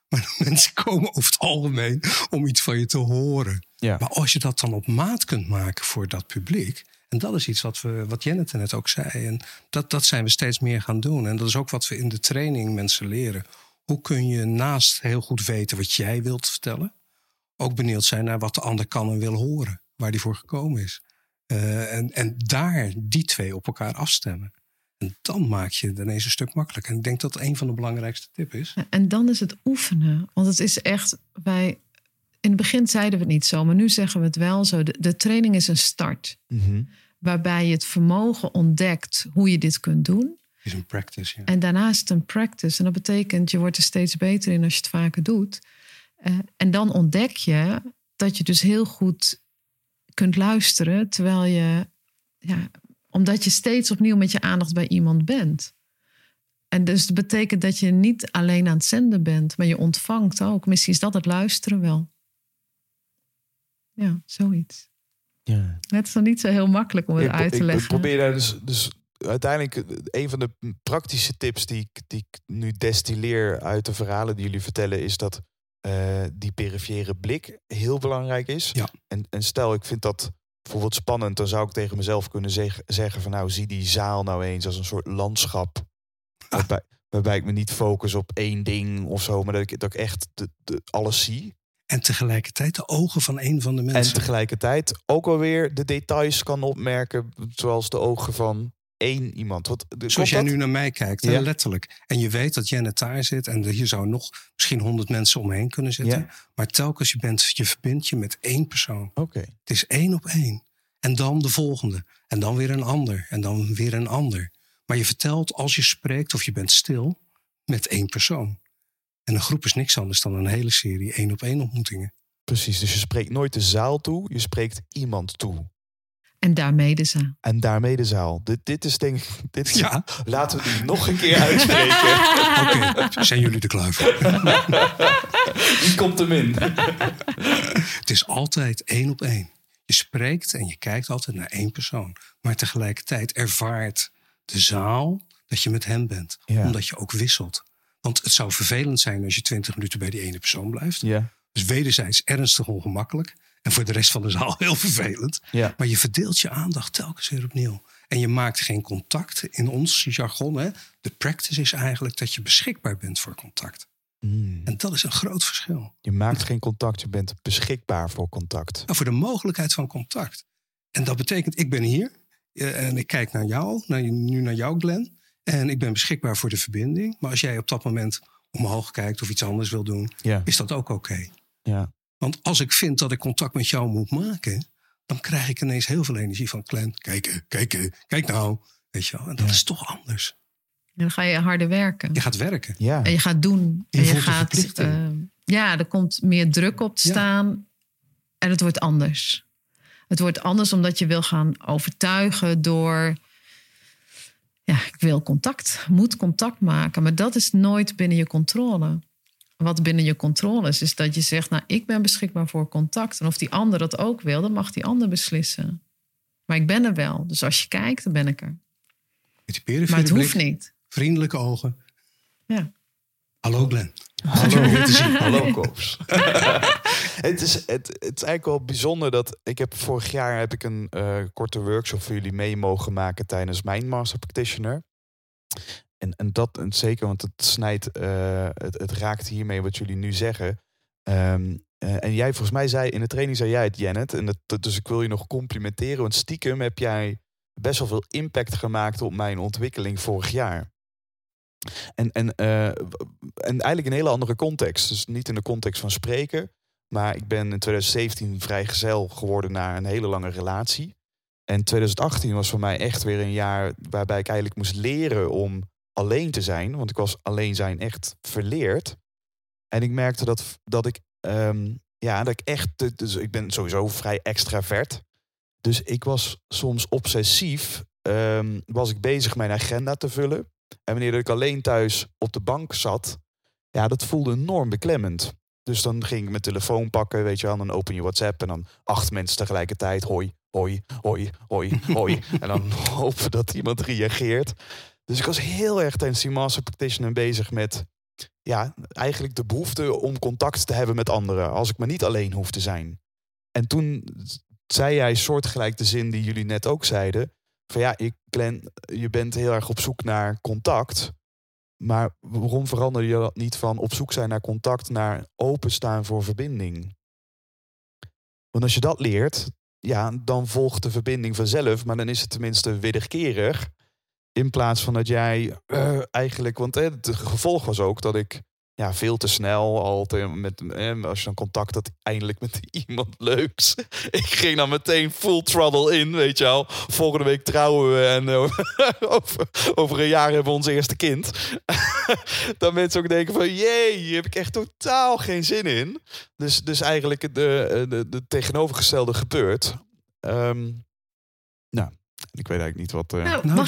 Maar de mensen komen over het algemeen om iets van je te horen. Ja. Maar als je dat dan op maat kunt maken voor dat publiek. En dat is iets wat Janet net ook zei. En dat zijn we steeds meer gaan doen. En dat is ook wat we in de training mensen leren. Hoe kun je naast heel goed weten wat jij wilt vertellen, ook benieuwd zijn naar wat de ander kan en wil horen. Waar die voor gekomen is. En daar die twee op elkaar afstemmen. En dan maak je het ineens een stuk makkelijker. En ik denk dat een van de belangrijkste tips is. En dan is het oefenen. Want het is echt, in het begin zeiden we het niet zo, maar nu zeggen we het wel zo. De training is een start. Mhm. Waarbij je het vermogen ontdekt hoe je dit kunt doen. Is een practice, ja. En daarna is het een practice. En dat betekent, je wordt er steeds beter in als je het vaker doet. En dan ontdek je dat je dus heel goed kunt luisteren. Terwijl je, omdat je steeds opnieuw met je aandacht bij iemand bent. En dus dat betekent dat je niet alleen aan het zenden bent, maar je ontvangt ook. Misschien is dat het luisteren wel. Ja, zoiets. Ja. Het is dan niet zo heel makkelijk om het uit te leggen. Ik probeer daar dus uiteindelijk een van de praktische tips die ik nu destilleer uit de verhalen die jullie vertellen, is dat die perifere blik heel belangrijk is. Ja. En stel, ik vind dat bijvoorbeeld spannend, dan zou ik tegen mezelf kunnen zeggen van nou, zie die zaal nou eens als een soort landschap. Waarbij ik me niet focus op één ding of zo, maar dat ik echt alles zie. En tegelijkertijd de ogen van een van de mensen. En tegelijkertijd ook alweer de details kan opmerken, zoals de ogen van één iemand. Zoals jij nu naar mij kijkt, Ja. letterlijk. En je weet dat Janet daar zit en hier zou nog misschien 100 mensen omheen kunnen zitten. Ja. Maar telkens je verbindt je met één persoon. Oké. Het is 1 op 1. En dan de volgende. En dan weer een ander. En dan weer een ander. Maar je vertelt als je spreekt of je bent stil met één persoon. En een groep is niks anders dan een hele serie 1 op 1 ontmoetingen. Precies, dus je spreekt nooit de zaal toe, je spreekt iemand toe. En daarmee de zaal. En daarmee de zaal. Dit is denk ik... Ja. Laten we die nog een keer uitspreken. Oké, zijn jullie er klaar voor? Die komt hem in. Het is altijd 1 op 1. Je spreekt en je kijkt altijd naar één persoon. Maar tegelijkertijd ervaart de zaal dat je met hem bent. Ja. Omdat je ook wisselt. Want het zou vervelend zijn als je 20 minuten bij die ene persoon blijft. Ja. Dus wederzijds ernstig ongemakkelijk. En voor de rest van de zaal heel vervelend. Ja. Maar je verdeelt je aandacht telkens weer opnieuw. En je maakt geen contact. In ons jargon, hè, de practice is eigenlijk dat je beschikbaar bent voor contact. En dat is een groot verschil. Je maakt geen contact, je bent beschikbaar voor contact. Nou, voor de mogelijkheid van contact. En dat betekent, ik ben hier. En ik kijk naar jou, nu naar jou, Glenn. En ik ben beschikbaar voor de verbinding. Maar als jij op dat moment omhoog kijkt of iets anders wil doen, Ja. is dat ook oké. Ja. Want als ik vind dat ik contact met jou moet maken, dan krijg ik ineens heel veel energie van Glenn. Kijk nou. Weet je wel. En dat is toch anders. En dan ga je harder werken. Je gaat werken. Ja. En je gaat doen. Je En je voelt de gaat, verplichting. er komt meer druk op te Ja. staan. En het wordt anders. Het wordt anders omdat je wil gaan overtuigen door... Ja, ik wil contact. Moet contact maken. Maar dat is nooit binnen je controle. Wat binnen je controle is dat je zegt... nou, ik ben beschikbaar voor contact. En of die ander dat ook wil, dan mag die ander beslissen. Maar ik ben er wel. Dus als je kijkt, dan ben ik er. Met die perifere Maar het hoeft blik, niet. vriendelijke ogen. Ja. Hallo Glenn. Hallo Koops. Het is eigenlijk wel bijzonder dat... Vorig jaar heb ik een korte workshop voor jullie mee mogen maken tijdens mijn Master Practitioner. En zeker, want het snijdt, het raakt hiermee wat jullie nu zeggen. En jij, volgens mij zei in de training, zei jij het, Janet. Dus ik wil je nog complimenteren, want stiekem heb jij best wel veel impact gemaakt op mijn ontwikkeling vorig jaar. En eigenlijk een hele andere context. Dus niet in de context van spreken. Maar ik ben in 2017 vrijgezel geworden na een hele lange relatie. En 2018 was voor mij echt weer een jaar waarbij ik eigenlijk moest leren om alleen te zijn. Want ik was alleen zijn echt verleerd. En ik merkte dat ik echt... Dus ik ben sowieso vrij extravert. Dus ik was soms obsessief. Was ik bezig mijn agenda te vullen. En wanneer ik alleen thuis op de bank zat... Ja, dat voelde enorm beklemmend. Dus dan ging ik mijn telefoon pakken, weet je wel. Dan open je WhatsApp en dan 8 mensen tegelijkertijd. Hoi, hoi, hoi, hoi, hoi. En dan hopen dat iemand reageert. Dus ik was heel erg tijdens die Master Practitioner bezig met eigenlijk de behoefte om contact te hebben met anderen. Als ik maar niet alleen hoef te zijn. En toen zei jij soortgelijk de zin die jullie net ook zeiden. Van Glenn, je bent heel erg op zoek naar contact. Maar waarom verander je dat niet van op zoek zijn naar contact naar openstaan voor verbinding? Want als je dat leert, dan volgt de verbinding vanzelf. Maar dan is het tenminste wederkerig. In plaats van dat jij eigenlijk... Want het gevolg was ook dat ik veel te snel altijd als je dan contact had eindelijk met iemand leuks. Ik ging dan meteen full throttle in, weet je wel. Volgende week trouwen we en over een jaar hebben we ons eerste kind. Dan mensen ook denken van hier heb ik echt totaal geen zin in. Dus eigenlijk de tegenovergestelde gebeurt. Ik weet eigenlijk niet wat... mag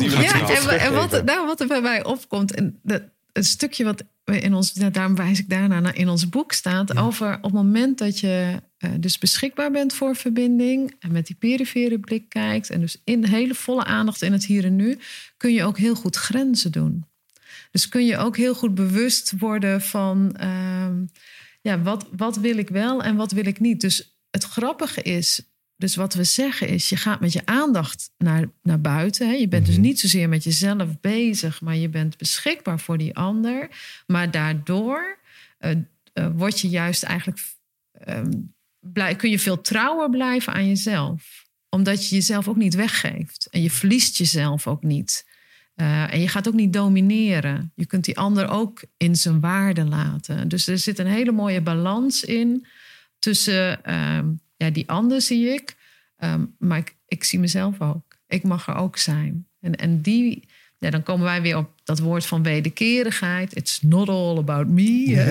ik... wat er bij mij opkomt... En het stukje wat in ons... Daarom wijs ik daarna in ons boek staat... over op het moment dat je dus beschikbaar bent voor verbinding... en met die perifere blik kijkt... en dus in hele volle aandacht in het hier en nu... kun je ook heel goed grenzen doen. Dus kun je ook heel goed bewust worden van... wat wil ik wel en wat wil ik niet. Dus het grappige is... Dus wat we zeggen is, je gaat met je aandacht naar buiten. Hè? Je bent dus niet zozeer met jezelf bezig... maar je bent beschikbaar voor die ander. Maar daardoor word je juist eigenlijk... kun je veel trouwer blijven aan jezelf. Omdat je jezelf ook niet weggeeft. En je verliest jezelf ook niet. En je gaat ook niet domineren. Je kunt die ander ook in zijn waarde laten. Dus er zit een hele mooie balans in... tussen... die ander zie ik, maar ik zie mezelf ook. Ik mag er ook zijn. En dan komen wij weer op dat woord van wederkerigheid. It's not all about me.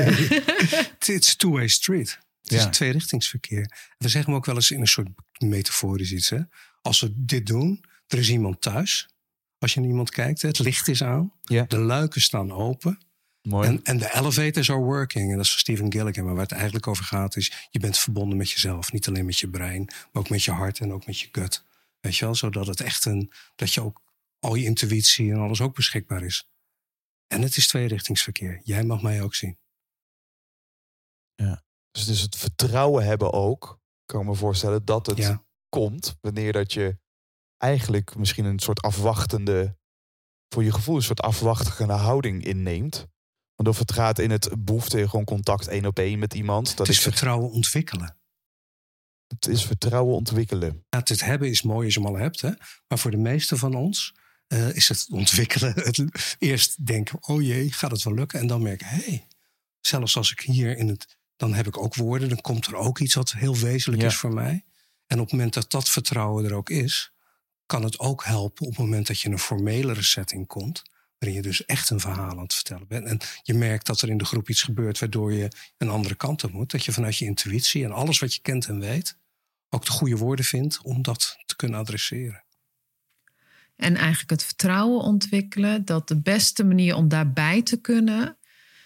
It's a two-way street. Het is een tweerichtingsverkeer. We zeggen hem ook wel eens in een soort metaforisch iets. Hè? Als we dit doen, er is iemand thuis. Als je naar iemand kijkt, het licht is aan. Ja. De luiken staan open. Mooi. En de elevators are working. En dat is van Stephen Gilligan. Maar waar het eigenlijk over gaat is... je bent verbonden met jezelf. Niet alleen met je brein, maar ook met je hart en ook met je gut. Weet je wel? Zodat het echt dat je ook al je intuïtie en alles ook beschikbaar is. En het is tweerichtingsverkeer. Jij mag mij ook zien. Ja. Dus het vertrouwen hebben ook... kan ik me voorstellen dat het komt... wanneer dat je eigenlijk misschien een soort afwachtende... voor je gevoel een soort afwachtende houding inneemt... Want of het gaat in het behoefte gewoon contact 1-op-1 met iemand. Het is vertrouwen ontwikkelen. Het is vertrouwen ontwikkelen. Ja, het hebben is mooi als je hem al hebt. Hè? Maar voor de meeste van ons is het ontwikkelen. Eerst denken, oh jee, gaat het wel lukken? En dan merken, zelfs als ik hier dan heb ik ook woorden. Dan komt er ook iets wat heel wezenlijk is voor mij. En op het moment dat dat vertrouwen er ook is... kan het ook helpen op het moment dat je in een formelere setting komt... waarin je dus echt een verhaal aan het vertellen bent. En je merkt dat er in de groep iets gebeurt... waardoor je een andere kant op moet. Dat je vanuit je intuïtie en alles wat je kent en weet... ook de goede woorden vindt om dat te kunnen adresseren. En eigenlijk het vertrouwen ontwikkelen... dat de beste manier om daarbij te kunnen...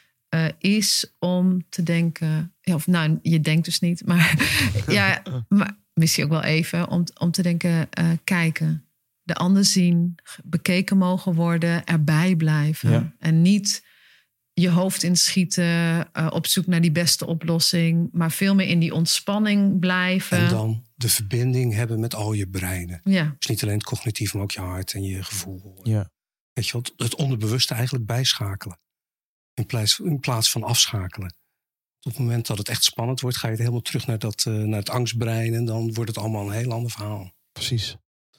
is om te denken... je denkt dus niet, maar... maar misschien ook wel even om te denken... kijken... de ander zien, bekeken mogen worden, erbij blijven. Ja. En niet je hoofd inschieten, op zoek naar die beste oplossing... maar veel meer in die ontspanning blijven. En dan de verbinding hebben met al je breinen. Ja. Dus niet alleen het cognitief, maar ook je hart en je gevoel. Ja. Weet je wel, het onderbewuste eigenlijk bijschakelen. In plaats van afschakelen. Op het moment dat het echt spannend wordt... ga je helemaal terug naar het angstbrein... en dan wordt het allemaal een heel ander verhaal. Precies.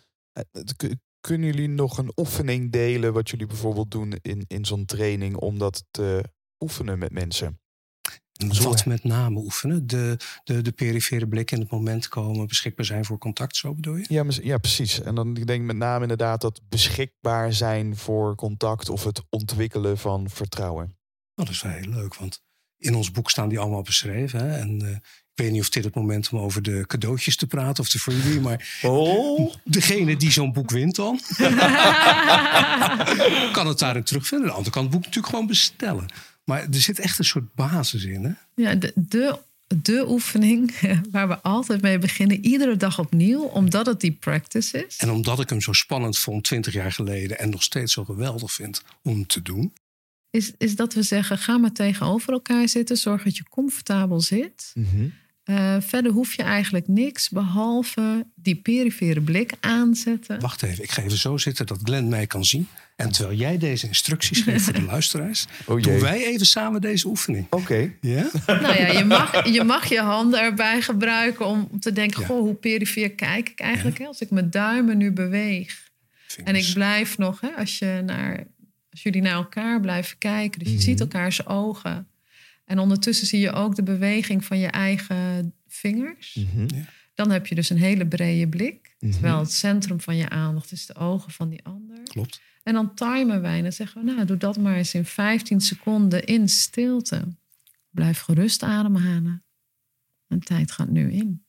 Kunnen jullie nog een oefening delen... wat jullie bijvoorbeeld doen in zo'n training... om dat te oefenen met mensen? Wat met name oefenen? De perifere blik in het moment komen... beschikbaar zijn voor contact, zo bedoel je? Ja, precies. En dan denk ik met name inderdaad... dat beschikbaar zijn voor contact... of het ontwikkelen van vertrouwen. Dat is wel heel leuk, want in ons boek staan die allemaal beschreven. Hè? En ik weet niet of dit het moment is om over de cadeautjes te praten of de freebie, maar degene die zo'n boek wint dan, kan het daarin terugvinden. Aan de andere kant het boek natuurlijk gewoon bestellen. Maar er zit echt een soort basis in. Hè? Ja, de oefening waar we altijd mee beginnen, iedere dag opnieuw, omdat het die practice is. En omdat ik hem zo spannend vond 20 jaar geleden en nog steeds zo geweldig vind om te doen, is dat we zeggen, ga maar tegenover elkaar zitten. Zorg dat je comfortabel zit. Verder hoef je eigenlijk niks behalve die perifere blik aanzetten. Wacht even, ik ga even zo zitten dat Glenn mij kan zien. En terwijl jij deze instructies geeft voor de luisteraars... doen wij even samen deze oefening. Oké. Ja? Nou ja, je mag je handen erbij gebruiken om te denken... goh, hoe perifeer kijk ik eigenlijk? Hè? Als ik mijn duimen nu beweeg. En ik blijf nog, hè, als jullie naar elkaar blijven kijken... dus je ziet elkaars ogen... En ondertussen zie je ook de beweging van je eigen vingers. Dan heb je dus een hele brede blik. Terwijl het centrum van je aandacht is de ogen van die ander. Klopt. En dan timen wij en dan zeggen we... nou, doe dat maar eens in 15 seconden in stilte. Blijf gerust ademhalen. En tijd gaat nu in.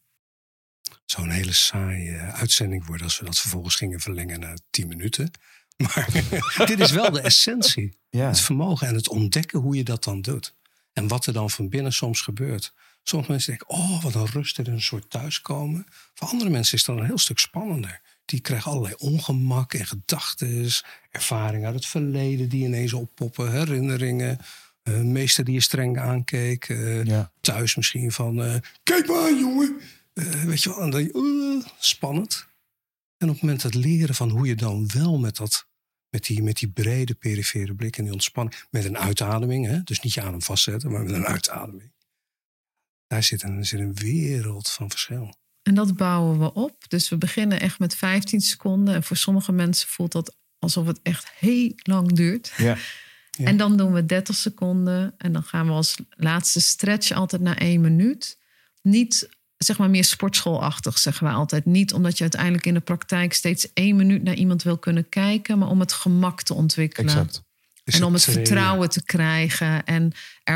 Het zou een hele saaie uitzending worden... als we dat vervolgens gingen verlengen naar 10 minuten. Maar dit is wel de essentie. Ja. Het vermogen en het ontdekken hoe je dat dan doet. En wat er dan van binnen soms gebeurt. Sommige mensen denken, oh, wat een rust en een soort thuiskomen. Voor andere mensen is dat een heel stuk spannender. Die krijgen allerlei ongemak en gedachten, ervaringen uit het verleden die ineens oppoppen, herinneringen. Meester die je streng aankeek. Thuis misschien van, kijk maar aan, jongen. Weet je wel, en dan, spannend. En op het moment dat leren van hoe je dan wel met die brede perifere blik en die ontspanning. Met een uitademing, hè? Dus niet je adem vastzetten, maar met een uitademing. Daar zit een wereld van verschil. En dat bouwen we op. Dus we beginnen echt met 15 seconden. En voor sommige mensen voelt dat alsof het echt heel lang duurt. Ja. Ja. En dan doen we 30 seconden. En dan gaan we als laatste stretch altijd na 1 minuut. Niet, zeg maar, meer sportschoolachtig, zeggen we altijd. Niet omdat je uiteindelijk in de praktijk steeds 1 minuut naar iemand wil kunnen kijken. Maar om het gemak te ontwikkelen. Exact. En om het vertrouwen te krijgen. En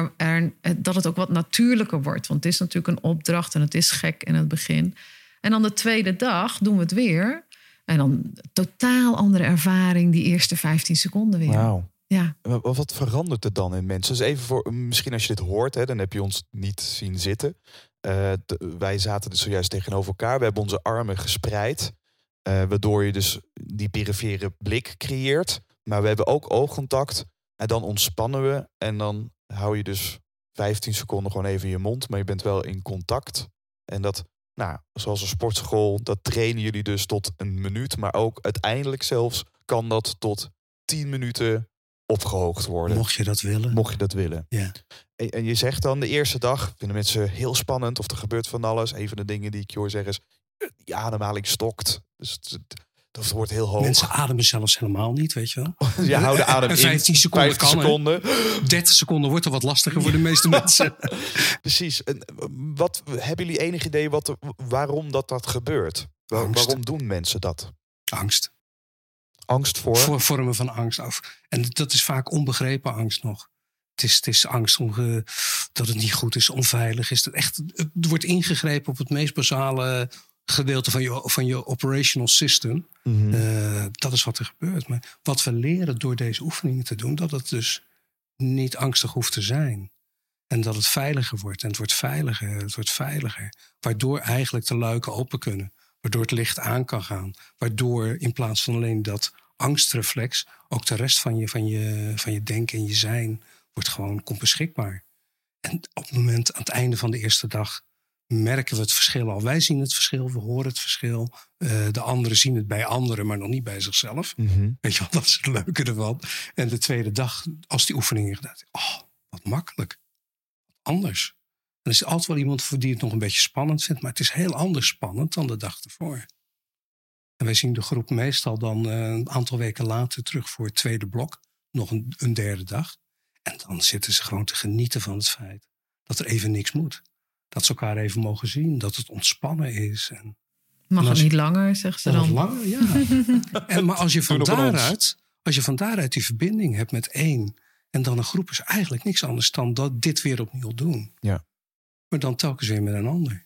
dat het ook wat natuurlijker wordt. Want het is natuurlijk een opdracht en het is gek in het begin. En dan de tweede dag doen we het weer. En dan totaal andere ervaring die eerste 15 seconden weer. Wauw. Ja. Wat verandert er dan in mensen? Dus even voor, misschien als je dit hoort, hè, dan heb je ons niet zien zitten. Wij zaten dus zojuist tegenover elkaar. We hebben onze armen gespreid. Waardoor je dus die perifere blik creëert. Maar we hebben ook oogcontact. En dan ontspannen we. En dan hou je dus 15 seconden gewoon even je mond. Maar je bent wel in contact. En dat, nou, zoals een sportschool, dat trainen jullie dus tot 1 minuut. Maar ook uiteindelijk zelfs kan dat tot 10 minuten opgehoogd worden. Mocht je dat willen. Mocht je dat willen. Ja. En je zegt dan de eerste dag, vinden mensen heel spannend. Of er gebeurt van alles. Een van de dingen die ik je hoor zeggen is, die ademhaling stokt. Dus het wordt heel hoog. Mensen ademen zelfs helemaal niet, weet je wel. Je houdt de adem in. 15 seconden 15 seconden. 30 seconden wordt er wat lastiger voor de meeste mensen. Precies. En hebben jullie enig idee waarom dat gebeurt? Waarom doen mensen dat? Angst. Angst voor? Voor vormen van angst af. En dat is vaak onbegrepen angst nog. Het is angst dat het niet goed is, onveilig is. Het wordt ingegrepen op het meest basale gedeelte van je operational system. Mm-hmm. Dat is wat er gebeurt. Maar wat we leren door deze oefeningen te doen, dat het dus niet angstig hoeft te zijn. En dat het veiliger wordt. En het wordt veiliger. Het wordt veiliger. Waardoor eigenlijk de luiken open kunnen. Waardoor het licht aan kan gaan. Waardoor in plaats van alleen dat angstreflex, ook de rest van je denken en je zijn komt beschikbaar. En op het moment, aan het einde van de eerste dag, merken we het verschil al. Wij zien het verschil, we horen het verschil. De anderen zien het bij anderen, maar nog niet bij zichzelf. Mm-hmm. Weet je wel, dat is het leuke ervan. En de tweede dag, als die oefeningen gedaan zijn, wat makkelijk. Anders. En er is altijd wel iemand die het nog een beetje spannend vindt, maar het is heel anders spannend dan de dag ervoor. En wij zien de groep meestal dan een aantal weken later terug voor het tweede blok. Nog een derde dag. En dan zitten ze gewoon te genieten van het feit dat er even niks moet. Dat ze elkaar even mogen zien, dat het ontspannen is. Mag het niet langer, zegt ze dan. Langer, ja. Maar als je van daaruit die verbinding hebt met één, en dan een groep, is eigenlijk niks anders dan dit weer opnieuw doen. Ja. Maar dan telkens weer met een ander.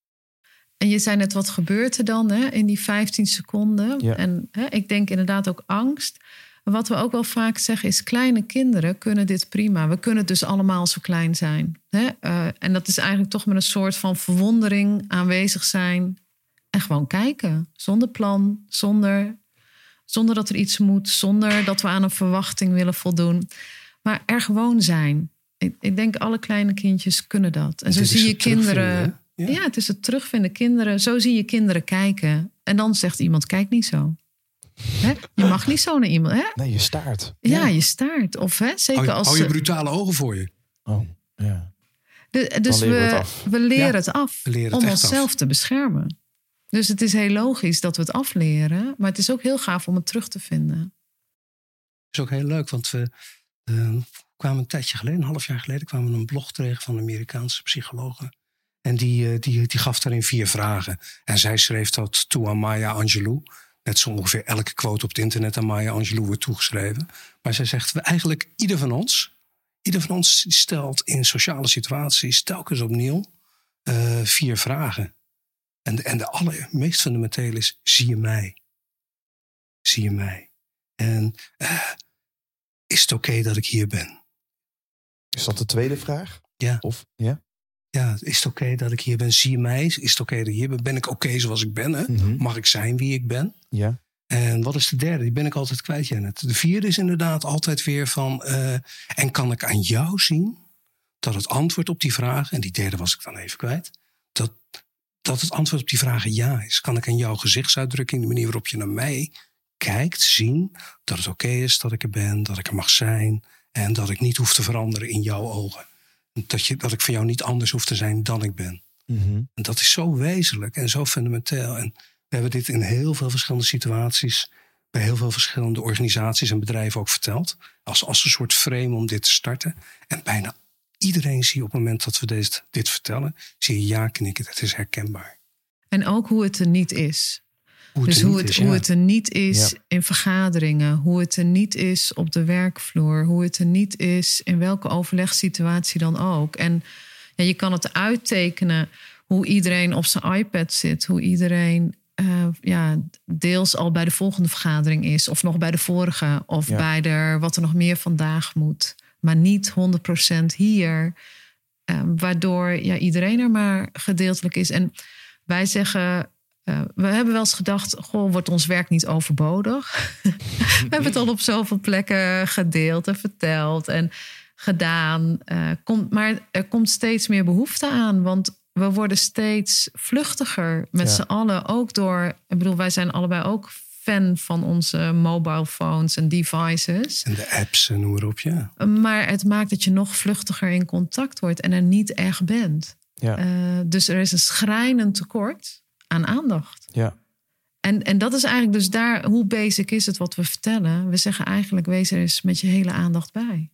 En je zei net, wat gebeurt er dan in die 15 seconden? Ja. En ik denk inderdaad ook angst. Wat we ook wel vaak zeggen is, kleine kinderen kunnen dit prima. We kunnen dus allemaal zo klein zijn. En dat is eigenlijk toch met een soort van verwondering aanwezig zijn. En gewoon kijken. Zonder plan, zonder dat er iets moet. Zonder dat we aan een verwachting willen voldoen. Maar er gewoon zijn. Ik denk alle kleine kindjes kunnen dat. En zo Dit is zie je het terugvinden, kinderen... hè? Ja, het is het terugvinden. Kinderen, zo zie je kinderen kijken. En dan zegt iemand, kijk niet zo. Hè? Je mag niet zo naar iemand. Hè? Nee, je staart. Ja, je staart. Of zeker als Hou je brutale ogen voor je. Oh, ja. Dus leren we het af. we leren Ja, het af we leren het om echt onszelf af. te beschermen. Dus het is heel logisch dat we het afleren. Maar het is ook heel gaaf om het terug te vinden. Dat is ook heel leuk, want we kwamen een tijdje geleden, een half jaar geleden, kwamen we een blog tegen van een Amerikaanse psychologe. En die gaf daarin 4 vragen. En zij schreef dat toe aan Maya Angelou. Net zo ongeveer elke quote op het internet aan Maya Angelou wordt toegeschreven. Maar zij zegt, eigenlijk ieder van ons stelt in sociale situaties telkens opnieuw 4 vragen. En de allermeest fundamentele is, zie je mij? Zie je mij? En is het oké dat ik hier ben? Is dat de tweede vraag? Ja. Of, ja? Ja, is het oké dat ik hier ben? Zie je mij? Is het oké dat ik hier ben? Ben ik oké zoals ik ben? Hè? Mhm. Mag ik zijn wie ik ben? Ja. En wat is de derde? Die ben ik altijd kwijt, Janet. De 4e is inderdaad altijd weer van... en kan ik aan jou zien dat het antwoord op die vraag... en die derde was ik dan even kwijt... dat het antwoord op die vragen ja is. Kan ik aan jouw gezichtsuitdrukking... de manier waarop je naar mij kijkt, zien... dat het oké is dat ik er ben, dat ik er mag zijn... en dat ik niet hoef te veranderen in jouw ogen. Dat ik voor jou niet anders hoef te zijn dan ik ben. Mhm. En dat is zo wezenlijk en zo fundamenteel. En we hebben dit in heel veel verschillende situaties... bij heel veel verschillende organisaties en bedrijven ook verteld. Als een soort frame om dit te starten. En bijna iedereen zie je op het moment dat we dit vertellen... zie je ja knikken, het is herkenbaar. En ook hoe het er niet is. Hoe het er niet is Ja. in vergaderingen. Hoe het er niet is op de werkvloer. Hoe het er niet is in welke overlegssituatie dan ook. En ja, je kan het uittekenen hoe iedereen op zijn iPad zit. Hoe iedereen deels al bij de volgende vergadering is. Of nog bij de vorige. Of bij wat er nog meer vandaag moet. Maar niet 100% hier. Waardoor iedereen er maar gedeeltelijk is. En wij zeggen... we hebben wel eens gedacht, wordt ons werk niet overbodig? We hebben het al op zoveel plekken gedeeld en verteld en gedaan. Maar er komt steeds meer behoefte aan. Want we worden steeds vluchtiger met z'n allen. Ook door, wij zijn allebei ook fan van onze mobile phones en devices. En de apps en noem maar op, ja. Maar het maakt dat je nog vluchtiger in contact wordt en er niet echt bent. Ja. Dus er is een schrijnend tekort aan aandacht. Ja. En dat is eigenlijk dus daar, hoe basic is het wat we vertellen? We zeggen eigenlijk, wees er eens met je hele aandacht bij.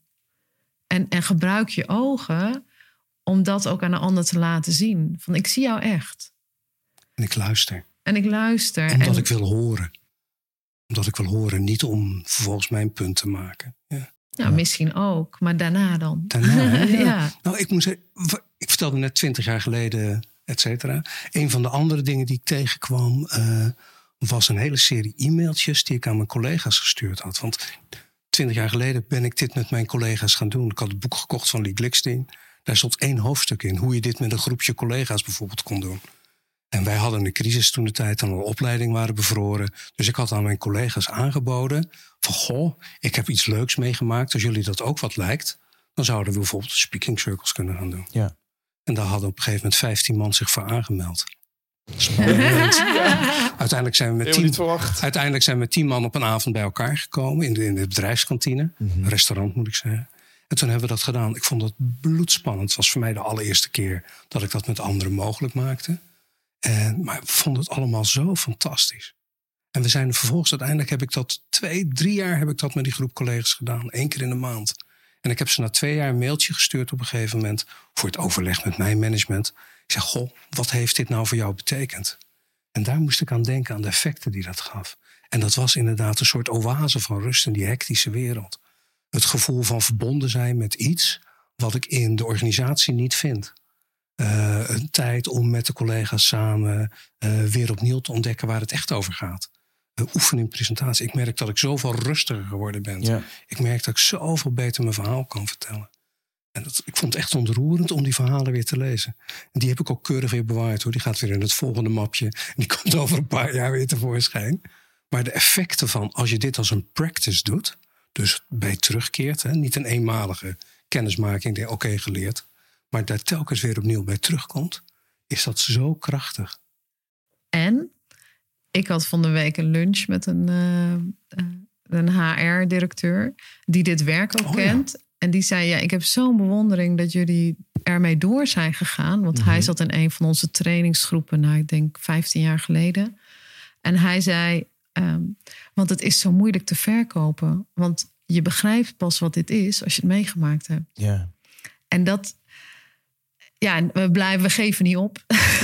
En gebruik je ogen om dat ook aan een ander te laten zien. Van, ik zie jou echt. En ik luister. En ik luister. Omdat ik wil horen. Omdat ik wil horen, niet om vervolgens mijn punt te maken. Ja. Misschien ook, maar daarna dan. Daarna, hè? Ja. Ja. Nou, ik moet zeggen, ik vertelde net 20 jaar geleden, et cetera. Een van de andere dingen die ik tegenkwam... was een hele serie e-mailtjes die ik aan mijn collega's gestuurd had. Want 20 jaar geleden ben ik dit met mijn collega's gaan doen. Ik had het boek gekocht van Lee Glickstein. Daar stond 1 hoofdstuk in. Hoe je dit met een groepje collega's bijvoorbeeld kon doen. En wij hadden een crisis toen de tijd en een opleiding waren bevroren. Dus ik had aan mijn collega's aangeboden... van ik heb iets leuks meegemaakt. Als jullie dat ook wat lijkt... dan zouden we bijvoorbeeld speaking circles kunnen gaan doen. Ja. En daar hadden op een gegeven moment 15 man zich voor aangemeld. Spannend. Uiteindelijk zijn we met 10 man op een avond bij elkaar gekomen. In de bedrijfskantine. Een restaurant moet ik zeggen. En toen hebben we dat gedaan. Ik vond dat bloedspannend. Het was voor mij de allereerste keer dat ik dat met anderen mogelijk maakte. Maar ik vond het allemaal zo fantastisch. En we zijn vervolgens, uiteindelijk heb ik dat 2-3 jaar heb ik dat met die groep collega's gedaan. 1 keer in de maand. En ik heb ze na 2 jaar een mailtje gestuurd op een gegeven moment. Voor het overleg met mijn management. Ik zeg, wat heeft dit nou voor jou betekend? En daar moest ik aan denken, aan de effecten die dat gaf. En dat was inderdaad een soort oase van rust in die hectische wereld. Het gevoel van verbonden zijn met iets wat ik in de organisatie niet vind. Een tijd om met de collega's samen weer opnieuw te ontdekken waar het echt over gaat. Oefenen in presentatie. Ik merk dat ik zoveel rustiger geworden ben. Ja. Ik merk dat ik zoveel beter mijn verhaal kan vertellen. En ik vond het echt ontroerend om die verhalen weer te lezen. En die heb ik ook keurig weer bewaard, hoor. Die gaat weer in het volgende mapje. En die komt over een paar jaar weer tevoorschijn. Maar de effecten van, als je dit als een practice doet... dus bij je terugkeert. Hè, niet een eenmalige kennismaking, die oké, geleerd. Maar daar telkens weer opnieuw bij terugkomt, is dat zo krachtig. En ik had van de week een lunch met een HR-directeur die dit werk ook kent. En die zei, ik heb zo'n bewondering dat jullie ermee door zijn gegaan. Want hij zat in een van onze trainingsgroepen, ik denk 15 jaar geleden. En hij zei, want het is zo moeilijk te verkopen. Want je begrijpt pas wat dit is als je het meegemaakt hebt. Ja. En dat, we geven niet op.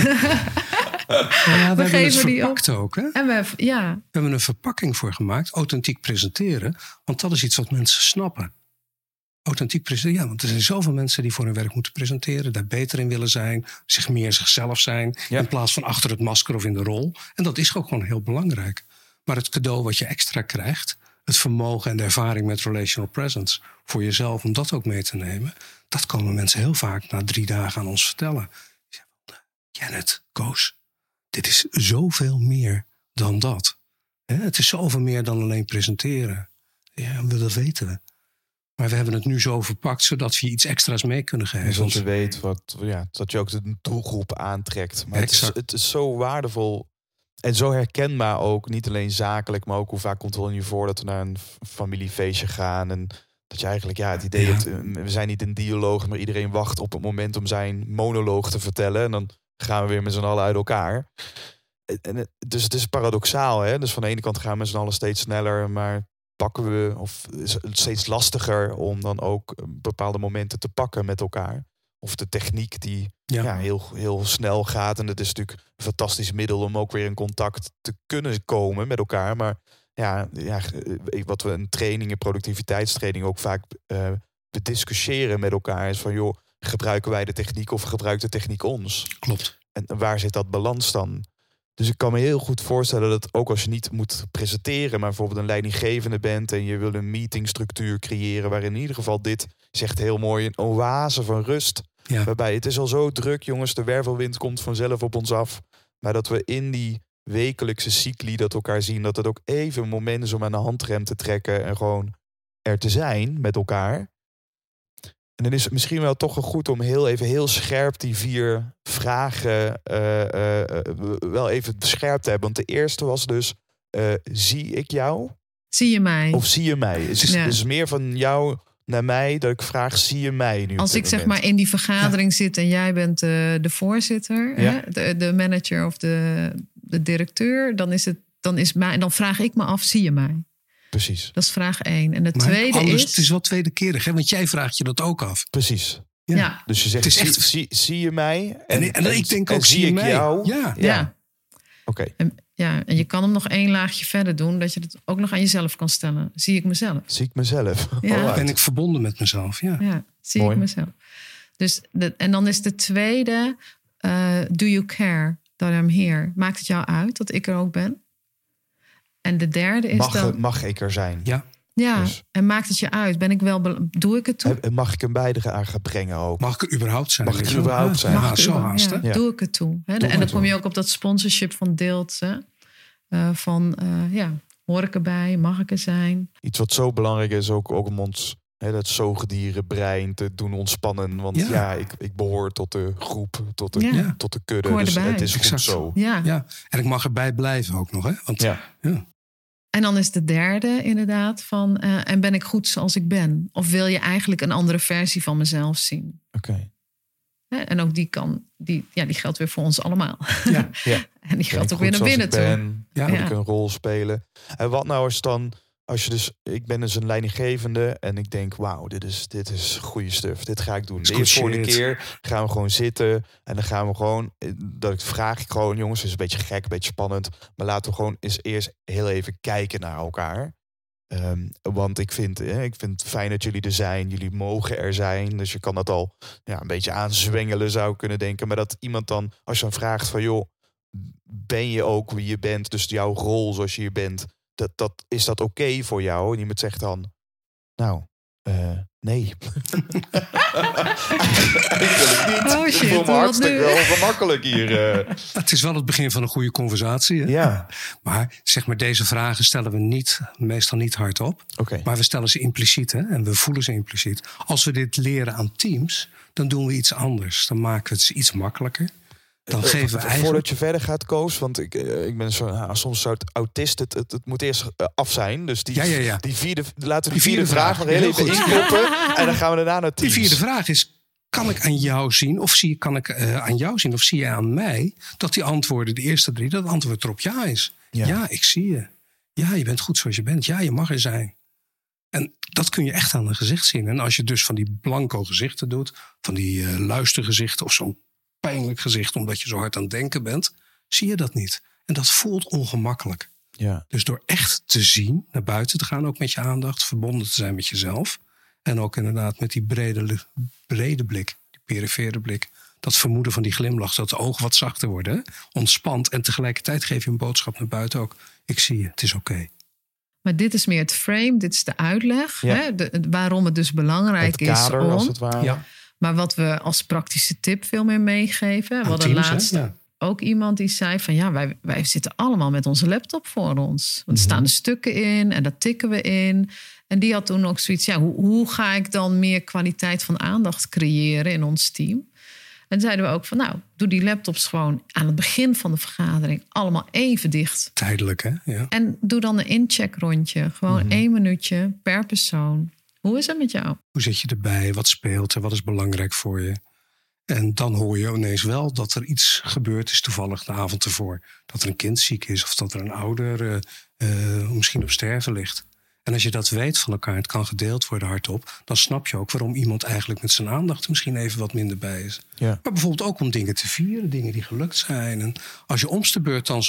We hebben het verpakt ook. Hè? En we hebben een verpakking voor gemaakt. Authentiek presenteren. Want dat is iets wat mensen snappen. Authentiek presenteren. Ja, want er zijn zoveel mensen die voor hun werk moeten presenteren. Daar beter in willen zijn. Zich meer zichzelf zijn. Ja. In plaats van achter het masker of in de rol. En dat is ook gewoon heel belangrijk. Maar het cadeau wat je extra krijgt. Het vermogen en de ervaring met relational presence. Voor jezelf om dat ook mee te nemen. Dat komen mensen heel vaak na 3 dagen aan ons vertellen. Janet, Koos. Dit is zoveel meer dan dat. Het is zoveel meer dan alleen presenteren. Ja, dat weten we. Maar we hebben het nu zo verpakt, zodat we je iets extra's mee kunnen geven. En zodat je weet dat je ook de doelgroep aantrekt. Maar het is zo waardevol en zo herkenbaar ook. Niet alleen zakelijk, maar ook hoe vaak komt het wel in je voor dat we naar een familiefeestje gaan. En dat je eigenlijk het idee hebt, we zijn niet in dialoog, maar iedereen wacht op het moment om zijn monoloog te vertellen. En dan gaan we weer met z'n allen uit elkaar. Dus het is paradoxaal. Hè? Dus van de ene kant gaan we met z'n allen steeds sneller, maar pakken we, of is het steeds lastiger om dan ook bepaalde momenten te pakken met elkaar. Of de techniek die heel, heel snel gaat. En dat is natuurlijk een fantastisch middel om ook weer in contact te kunnen komen met elkaar. Maar wat we een training, een productiviteitstraining ook vaak bediscussiëren met elkaar is van, joh, gebruiken wij de techniek of gebruikt de techniek ons? Klopt. En waar zit dat balans dan? Dus ik kan me heel goed voorstellen dat ook als je niet moet presenteren, maar bijvoorbeeld een leidinggevende bent en je wil een meetingstructuur creëren waarin in ieder geval dit zegt heel mooi een oase van rust. Ja. Waarbij het is al zo druk, jongens, de wervelwind komt vanzelf op ons af. Maar dat we in die wekelijkse cycli dat elkaar zien, dat het ook even een moment is om aan de handrem te trekken en gewoon er te zijn met elkaar. En dan is het misschien wel toch goed om heel scherp die 4 vragen wel even scherp te hebben. Want de eerste was dus, zie ik jou? Zie je mij? Of zie je mij? Het is meer van jou naar mij dat ik vraag, zie je mij nu? Als ik zeg maar in die vergadering zit en jij bent de voorzitter, de manager of de directeur, dan vraag ik me af, zie je mij? Precies. Dat is vraag 1. En de tweede is... Het is wel tweederkerig, hè? Want jij vraagt je dat ook af. Precies. Ja. Dus je zegt, zie je mij? En ik denk ook, zie je mij? Jou? Ja. Oké. En je kan hem nog 1 laagje verder doen, dat je het ook nog aan jezelf kan stellen. Zie ik mezelf? Zie ik mezelf? Ja. Ben ik verbonden met mezelf? Ja, zie ik mezelf. Dus en dan is de tweede, do you care that I'm here? Maakt het jou uit dat ik er ook ben? En de derde is mag ik er zijn? Ja, dus. En maakt het je uit? Doe ik het toe? Mag ik een bijdrage brengen ook? Mag ik er überhaupt zijn? Doe ik het toe? Hè? En dan kom je ook op dat sponsorship van Deelt. Hoor ik erbij? Mag ik er zijn? Iets wat zo belangrijk is ook om ons dat zoogdierenbrein te doen ontspannen. Want ik behoor tot de groep, tot de kudde. Dus het is goed zo. Ja. En ik mag erbij blijven ook nog. Hè? Want, En dan is de derde inderdaad van... en ben ik goed zoals ik ben? Of wil je eigenlijk een andere versie van mezelf zien? Oké. En ook die geldt weer voor ons allemaal. Ja. En die geldt ook weer naar binnen toe. Moet ik een rol spelen? En wat nou is dan... ik ben dus een leidinggevende en ik denk, wauw, dit is goede stuff. Dit ga ik doen. De eerste keer gaan we gewoon zitten en dan gaan we gewoon, vraag ik gewoon, jongens, het is een beetje gek, een beetje spannend, maar laten we gewoon eens eerst heel even kijken naar elkaar. Want ik vind het fijn dat jullie er zijn. Jullie mogen er zijn. Dus je kan dat al een beetje aanzwengelen, zou ik kunnen denken. Maar dat iemand dan, als je dan vraagt van, joh, ben je ook wie je bent? Dus jouw rol zoals je hier bent, is dat oké voor jou? En iemand zegt dan, Nee. Eigenlijk niet. Oh, shit, Ik voel me wat hartstikke nu? wel gemakkelijk hier. Het is wel het begin van een goede conversatie. Hè? Ja, Maar zeg maar, deze vragen stellen we meestal niet hardop. oké. Maar we stellen ze impliciet, hè? En we voelen ze impliciet. Als we dit leren aan teams, dan doen we iets anders. Dan maken we het iets makkelijker. Dan geven we eigenlijk... Voordat je verder gaat, Koos, want ik ben soms een soort autist. Het moet eerst af zijn. Dus Ja. die vierde, laten we Die die vierde vierde vraag vraag. nog heel Heel even goed. inkloppen. En dan gaan we daarna naar Die teams. vierde vraag is, kan ik aan jou zien of zie je aan mij dat die antwoorden, de eerste 3, dat het antwoord erop ja is. Ja. Ja, ik zie je. Ja, je bent goed zoals je bent. Ja, je mag er zijn. En dat kun je echt aan een gezicht zien. En als je dus van die blanco gezichten doet, van die luistergezichten of zo'n pijnlijk gezicht omdat je zo hard aan het denken bent, zie je dat niet. En dat voelt ongemakkelijk. Ja. Dus door echt te zien, naar buiten te gaan, ook met je aandacht, verbonden te zijn met jezelf. En ook inderdaad met die brede blik, die perifere blik. Dat vermoeden van die glimlach, dat de ogen wat zachter worden. Hè? Ontspant en tegelijkertijd geef je een boodschap naar buiten ook. Ik zie je, het is oké. Maar dit is meer het frame, dit is de uitleg. Ja. Hè? Waarom het dus belangrijk Het kader, is als om. het ware. Ja, Maar wat we als praktische tip veel meer meegeven. We aan hadden teams, hè? laatst Ja. ook iemand die zei van ja, wij zitten allemaal met onze laptop voor ons. Want er staan de stukken in en dat tikken we in. En die had toen ook zoiets, ja, hoe ga ik dan meer kwaliteit van aandacht creëren in ons team? En zeiden we ook van nou, doe die laptops gewoon aan het begin van de vergadering allemaal even dicht. Tijdelijk, hè? Ja. En doe dan een incheck rondje. Gewoon 1 minuutje per persoon. Hoe is het met jou? Hoe zit je erbij? Wat speelt er? Wat is belangrijk voor je? En dan hoor je ineens wel dat er iets gebeurd is toevallig de avond ervoor. Dat er een kind ziek is of dat er een ouder misschien op sterven ligt. En als je dat weet van elkaar, het kan gedeeld worden hardop, dan snap je ook waarom iemand eigenlijk met zijn aandacht misschien even wat minder bij is. Ja. Maar bijvoorbeeld ook om dingen te vieren, dingen die gelukt zijn. En als je omste beurt dan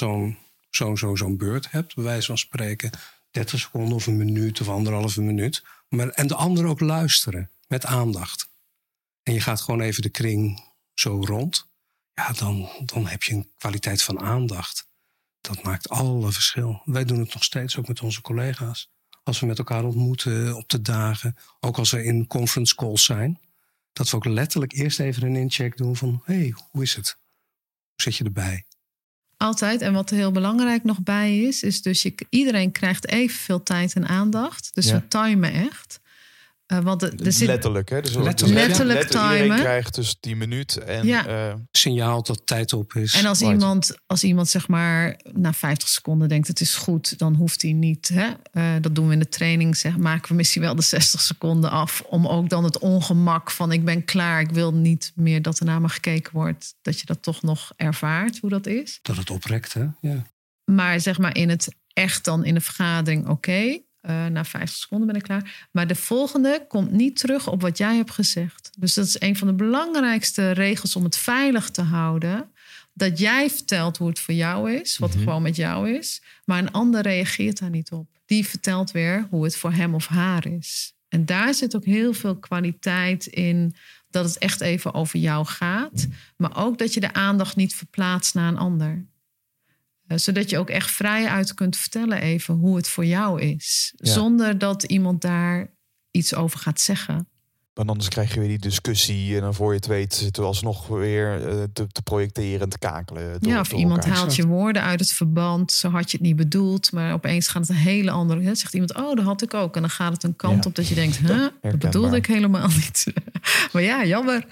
zo'n beurt hebt, bij wijze van spreken, 30 seconden of een minuut of 1,5 minuut. En de ander ook luisteren met aandacht. En je gaat gewoon even de kring zo rond. Ja, dan heb je een kwaliteit van aandacht. Dat maakt alle verschil. Wij doen het nog steeds ook met onze collega's. Als we met elkaar ontmoeten op de dagen. Ook als we in conference calls zijn. Dat we ook letterlijk eerst even een incheck doen van... hey, hoe is het? Hoe zit je erbij? Altijd. En wat er heel belangrijk nog bij is dus iedereen krijgt evenveel tijd en aandacht. Dus Ja. we timen echt. Want er zit Letterlijk, hè? Dus Letterlijk iedereen timen. krijgt dus die minuut. En, Ja. Signaal dat tijd op is. En Right. als iemand zeg maar na 50 seconden denkt het is goed, dan hoeft hij niet. Hè? Dat doen we in de training. Maken we misschien wel de 60 seconden af. Om ook dan het ongemak van ik ben klaar. Ik wil niet meer dat er naar me gekeken wordt. Dat je dat toch nog ervaart hoe dat is. Dat het oprekt, hè? Ja. Maar zeg maar in het echt dan in de vergadering oké. Na 50 seconden ben ik klaar. Maar de volgende komt niet terug op wat jij hebt gezegd. Dus dat is een van de belangrijkste regels om het veilig te houden. Dat jij vertelt hoe het voor jou is. Wat er gewoon met jou is. Maar een ander reageert daar niet op. Die vertelt weer hoe het voor hem of haar is. En daar zit ook heel veel kwaliteit in. Dat het echt even over jou gaat. Maar ook dat je de aandacht niet verplaatst naar een ander. Zodat je ook echt vrij uit kunt vertellen even hoe het voor jou is. Ja. Zonder dat iemand daar iets over gaat zeggen. Want anders krijg je weer die discussie. En dan voor je het weet zitten we alsnog weer te projecteren en te kakelen. Of iemand haalt je woorden uit het verband. Zo had je het niet bedoeld. Maar opeens gaat het een hele andere... Hè, zegt iemand, oh, dat had ik ook. En dan gaat het een kant op dat je denkt... dat bedoelde ik helemaal niet. Maar ja, jammer.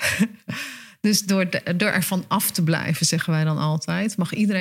Dus door ervan af te blijven, zeggen wij dan altijd...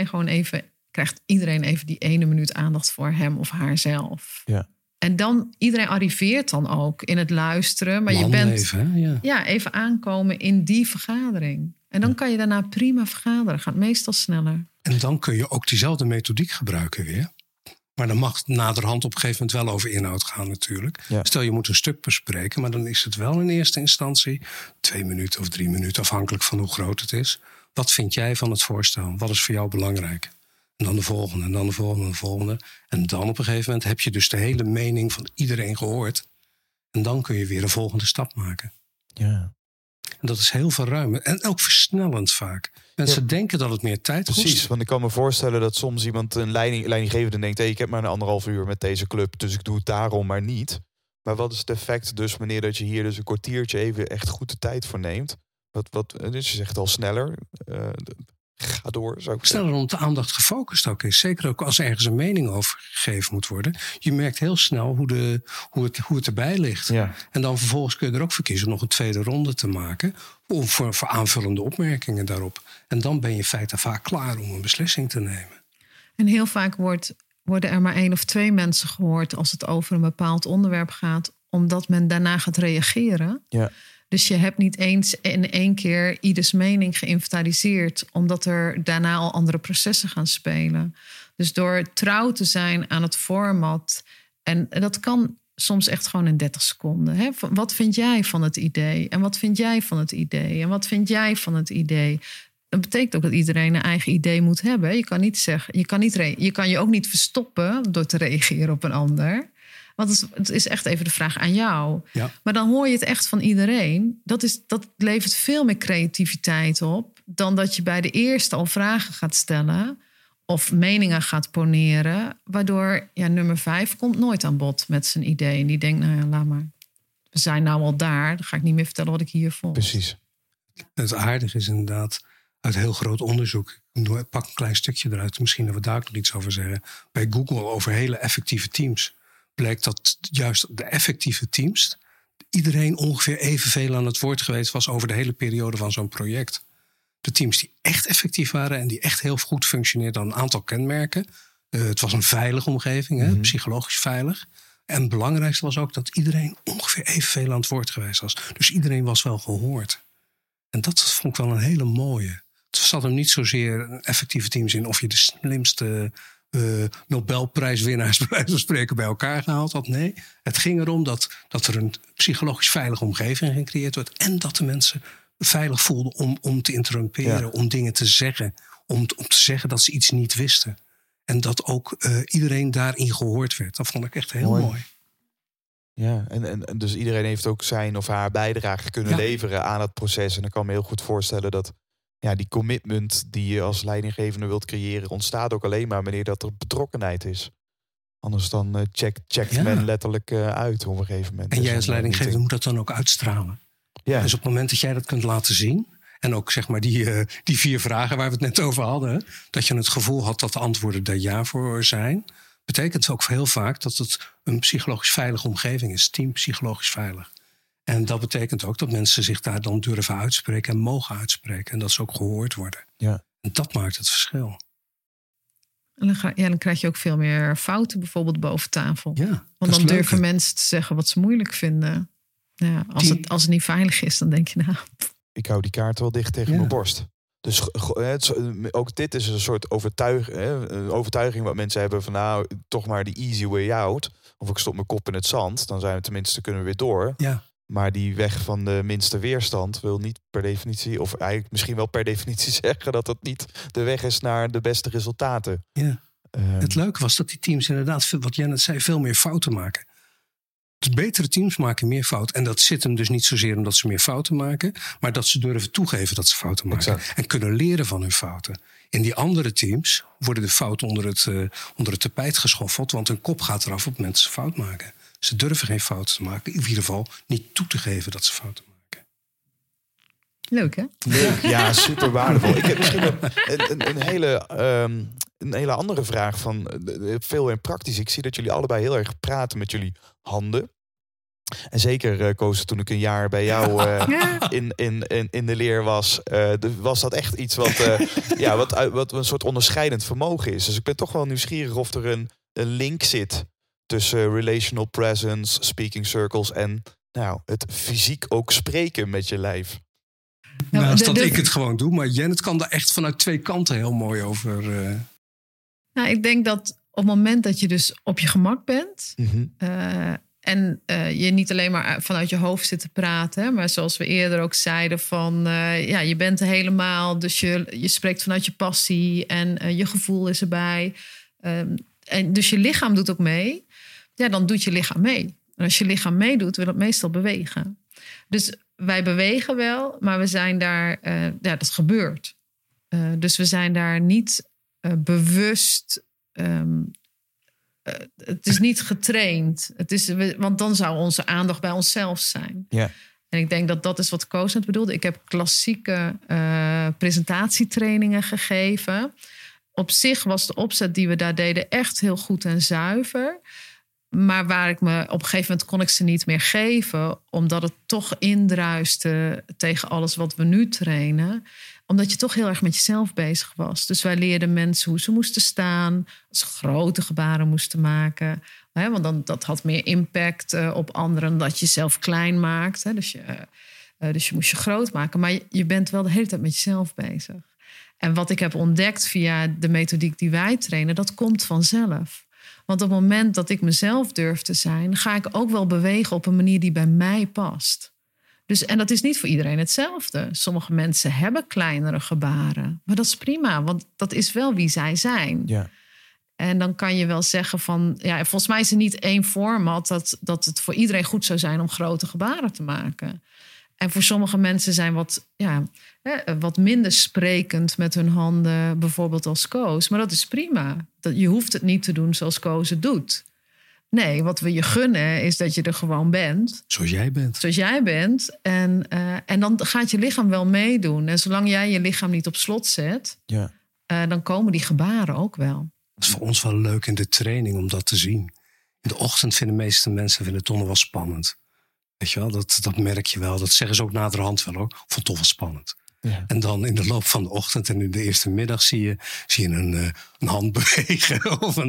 krijgt iedereen even die 1 minuut aandacht voor hem of haarzelf. Ja. En dan, iedereen arriveert dan ook in het luisteren. Maar je bent Even, hè? Ja. even aankomen in die vergadering. En dan kan je daarna prima vergaderen. Gaat meestal sneller. En dan kun je ook diezelfde methodiek gebruiken weer. Maar dan mag het naderhand op een gegeven moment wel over inhoud gaan natuurlijk. Ja. Stel je moet een stuk bespreken, maar dan is het wel in eerste instantie 2 minuten of 3 minuten, afhankelijk van hoe groot het is. Wat vind jij van het voorstel? Wat is voor jou belangrijk? En dan de volgende, en dan de volgende, en de volgende. En dan op een gegeven moment heb je dus de hele mening van iedereen gehoord. En dan kun je weer een volgende stap maken. Ja. En dat is heel verruimend. En ook versnellend vaak. Mensen denken dat het meer tijd kost. Precies, want ik kan me voorstellen dat soms iemand een leidinggevende denkt... Hey, ik heb maar een 1,5 uur met deze club, dus ik doe het daarom maar niet. Maar wat is het effect dus wanneer dat je hier dus een kwartiertje even echt goed de tijd voor neemt? Dus je zegt al sneller. Ga door, zou ik zeggen. Sneller omdat de aandacht gefocust ook is. Zeker ook als ergens een mening over gegeven moet worden. Je merkt heel snel hoe het erbij ligt. Ja. En dan vervolgens kun je er ook voor kiezen om nog een tweede ronde te maken. Of voor aanvullende opmerkingen daarop. En dan ben je in feite vaak klaar om een beslissing te nemen. En heel vaak worden er maar 1 of 2 mensen gehoord als het over een bepaald onderwerp gaat, omdat men daarna gaat reageren. Ja. Dus je hebt niet eens in 1 keer ieders mening geïnventariseerd, omdat er daarna al andere processen gaan spelen. Dus door trouw te zijn aan het format, en dat kan soms echt gewoon in 30 seconden. Hè? Wat vind jij van het idee? En wat vind jij van het idee? En wat vind jij van het idee? Dat betekent ook dat iedereen een eigen idee moet hebben. Je kan niet zeggen, je kan je ook niet verstoppen door te reageren op een ander. Want het is echt even de vraag aan jou. Ja. Maar dan hoor je het echt van iedereen. Dat levert veel meer creativiteit op dan dat je bij de eerste al vragen gaat stellen of meningen gaat poneren. Waardoor nummer 5 komt nooit aan bod met zijn idee. En die denkt, nou ja, laat maar. We zijn nou al daar. Dan ga ik niet meer vertellen wat ik hier vond. Precies. Het aardige is inderdaad uit heel groot onderzoek. Ik pak een klein stukje eruit. Misschien dat we daar ook nog iets over zeggen. Bij Google over hele effectieve teams blijkt dat juist de effectieve teams iedereen ongeveer evenveel aan het woord geweest was over de hele periode van zo'n project. De teams die echt effectief waren en die echt heel goed functioneerden aan een aantal kenmerken. Het was een veilige omgeving, psychologisch veilig. En het belangrijkste was ook dat iedereen ongeveer evenveel aan het woord geweest was. Dus iedereen was wel gehoord. En dat vond ik wel een hele mooie. Het zat hem niet zozeer effectieve teams in of je de slimste Nobelprijswinnaars bij wijze van spreken bij elkaar gehaald had. Nee, het ging erom dat er een psychologisch veilige omgeving gecreëerd wordt. En dat de mensen veilig voelden om te interromperen, om dingen te zeggen. Om te zeggen dat ze iets niet wisten. En dat ook iedereen daarin gehoord werd. Dat vond ik echt heel mooi. Ja, en dus iedereen heeft ook zijn of haar bijdrage kunnen leveren aan het proces. En ik kan me heel goed voorstellen dat die commitment die je als leidinggevende wilt creëren ontstaat ook alleen maar wanneer dat er betrokkenheid is. Anders dan checkt men letterlijk uit op een gegeven moment. En jij als leidinggevende moet dat dan ook uitstralen. Ja. Dus op het moment dat jij dat kunt laten zien, en ook zeg maar die 4 vragen waar we het net over hadden, dat je het gevoel had dat de antwoorden daar ja voor zijn, betekent ook heel vaak dat het een psychologisch veilige omgeving is. Team psychologisch veilig. En dat betekent ook dat mensen zich daar dan durven uitspreken en mogen uitspreken. En dat ze ook gehoord worden. Ja. En dat maakt het verschil. En dan krijg je ook veel meer fouten bijvoorbeeld boven tafel. Ja, want dan durven mensen te zeggen wat ze moeilijk vinden. Ja, als het niet veilig is, dan denk je nou. Ik hou die kaart wel dicht tegen mijn borst. Dus ook dit is een soort overtuiging wat mensen hebben van nou, toch maar die easy way out. Of ik stop mijn kop in het zand, dan zijn we tenminste kunnen we weer door. Ja. Maar die weg van de minste weerstand wil niet per definitie, of eigenlijk misschien wel per definitie zeggen dat dat niet de weg is naar de beste resultaten. Ja. Het leuke was dat die teams inderdaad, wat jij net zei, veel meer fouten maken. Dus betere teams maken meer fouten. En dat zit hem dus niet zozeer omdat ze meer fouten maken, maar dat ze durven toegeven dat ze fouten maken. Exact. En kunnen leren van hun fouten. In die andere teams worden de fouten onder het tapijt geschoffeld, want hun kop gaat eraf op mensen fout maken. Ze durven geen fouten te maken. In ieder geval niet toe te geven dat ze fouten maken. Leuk, hè? Leuk, ja, super waardevol. Ik heb misschien een hele andere vraag van veel en praktisch. Ik zie dat jullie allebei heel erg praten met jullie handen. En zeker, Koos, toen ik een jaar bij jou in de leer was, was dat echt iets wat een soort onderscheidend vermogen is. Dus ik ben toch wel nieuwsgierig of er een link zit tussen relational presence, speaking circles en het fysiek ook spreken met je lijf. Naast dat ik het gewoon doe, maar Janet kan daar echt vanuit 2 kanten heel mooi over. Nou, ik denk dat op het moment dat je dus op je gemak bent, en je niet alleen maar vanuit je hoofd zit te praten, maar zoals we eerder ook zeiden van je bent er helemaal, dus je spreekt vanuit je passie en je gevoel is erbij. En dus je lichaam doet ook mee. Ja, dan doet je lichaam mee. En als je lichaam meedoet, wil het meestal bewegen. Dus wij bewegen wel, maar we zijn daar, dat gebeurt. Dus we zijn daar niet bewust het is niet getraind. Want dan zou onze aandacht bij onszelf zijn. Ja. En ik denk dat dat is wat Koos net bedoelde. Ik heb klassieke presentatietrainingen gegeven. Op zich was de opzet die we daar deden echt heel goed en zuiver. Maar op een gegeven moment kon ik ze niet meer geven. Omdat het toch indruiste tegen alles wat we nu trainen. Omdat je toch heel erg met jezelf bezig was. Dus wij leerden mensen hoe ze moesten staan. Als ze grote gebaren moesten maken. Want dat had meer impact op anderen. Dat je jezelf klein maakt. Dus je moest je groot maken. Maar je bent wel de hele tijd met jezelf bezig. En wat ik heb ontdekt via de methodiek die wij trainen. Dat komt vanzelf. Want op het moment dat ik mezelf durf te zijn, ga ik ook wel bewegen op een manier die bij mij past. En dat is niet voor iedereen hetzelfde. Sommige mensen hebben kleinere gebaren. Maar dat is prima, want dat is wel wie zij zijn. Ja. En dan kan je wel zeggen van, volgens mij is er niet één format dat het voor iedereen goed zou zijn om grote gebaren te maken. En voor sommige mensen zijn wat minder sprekend met hun handen, bijvoorbeeld als Koos. Maar dat is prima. Je hoeft het niet te doen zoals Koos het doet. Nee, wat we je gunnen is dat je er gewoon bent. Zoals jij bent. En dan gaat je lichaam wel meedoen. En zolang jij je lichaam niet op slot zet, dan komen die gebaren ook wel. Dat is voor ons wel leuk in de training om dat te zien. In de ochtend vinden de meeste mensen het toch nog wel spannend. Weet je wel, dat merk je wel. Dat zeggen ze ook naderhand wel hoor. Ik vond het toch wel spannend. Ja. En dan in de loop van de ochtend en in de eerste middag zie je een hand bewegen. Of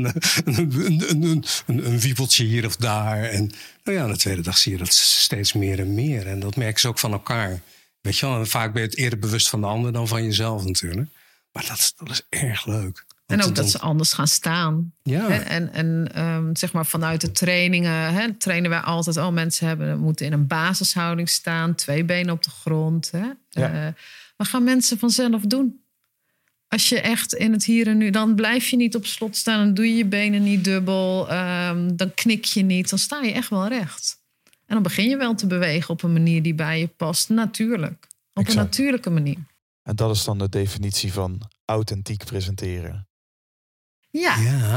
een wiebeltje hier of daar. En de tweede dag zie je dat steeds meer en meer. En dat merken ze ook van elkaar. Weet je wel, en vaak ben je het eerder bewust van de ander dan van jezelf natuurlijk. Maar dat is erg leuk. En ook dat ze anders gaan staan. Ja. En zeg maar vanuit de trainingen trainen wij altijd. Mensen moeten in een basishouding staan. 2 benen op de grond. Maar gaan mensen vanzelf doen. Als je echt in het hier en nu, dan blijf je niet op slot staan. Dan doe je je benen niet dubbel. Dan knik je niet. Dan sta je echt wel recht. En dan begin je wel te bewegen op een manier die bij je past. Natuurlijk. Op een natuurlijke manier. En dat is dan de definitie van authentiek presenteren. Ja.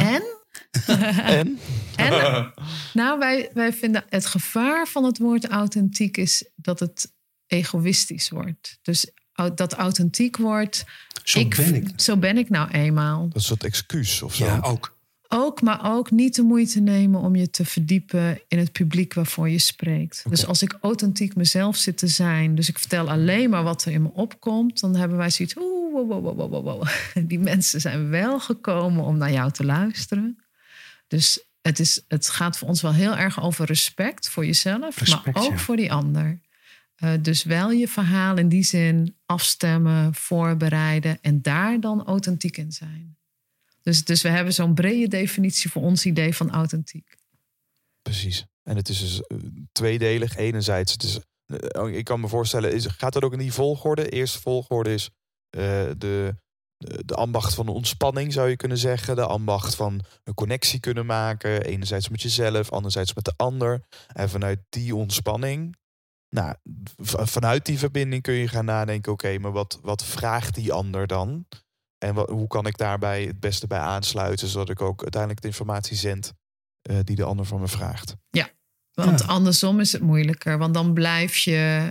En? Nou, wij vinden het gevaar van het woord authentiek is dat het egoïstisch wordt. Dus dat authentiek wordt. Zo ben ik nou eenmaal. Dat is een soort excuus of zo. Ja, ook. Maar ook niet de moeite nemen om je te verdiepen in het publiek waarvoor je spreekt. Okay. Dus als ik authentiek mezelf zit te zijn, dus ik vertel alleen maar wat er in me opkomt, dan hebben wij zoiets. Wow. Die mensen zijn wel gekomen om naar jou te luisteren. Dus het gaat voor ons wel heel erg over respect voor jezelf, maar ook voor die ander. Dus wel je verhaal in die zin afstemmen, voorbereiden en daar dan authentiek in zijn. Dus we hebben zo'n brede definitie voor ons idee van authentiek. Precies. En het is dus tweedelig. Enerzijds, ik kan me voorstellen, gaat dat ook in die volgorde? De eerste volgorde is de ambacht van de ontspanning, zou je kunnen zeggen. De ambacht van een connectie kunnen maken. Enerzijds met jezelf, anderzijds met de ander. En vanuit die ontspanning, vanuit die verbinding kun je gaan nadenken, oké, maar wat vraagt die ander dan? En hoe kan ik daarbij het beste bij aansluiten, zodat ik ook uiteindelijk de informatie zend die de ander van me vraagt. Ja, want andersom is het moeilijker. Want dan blijf je,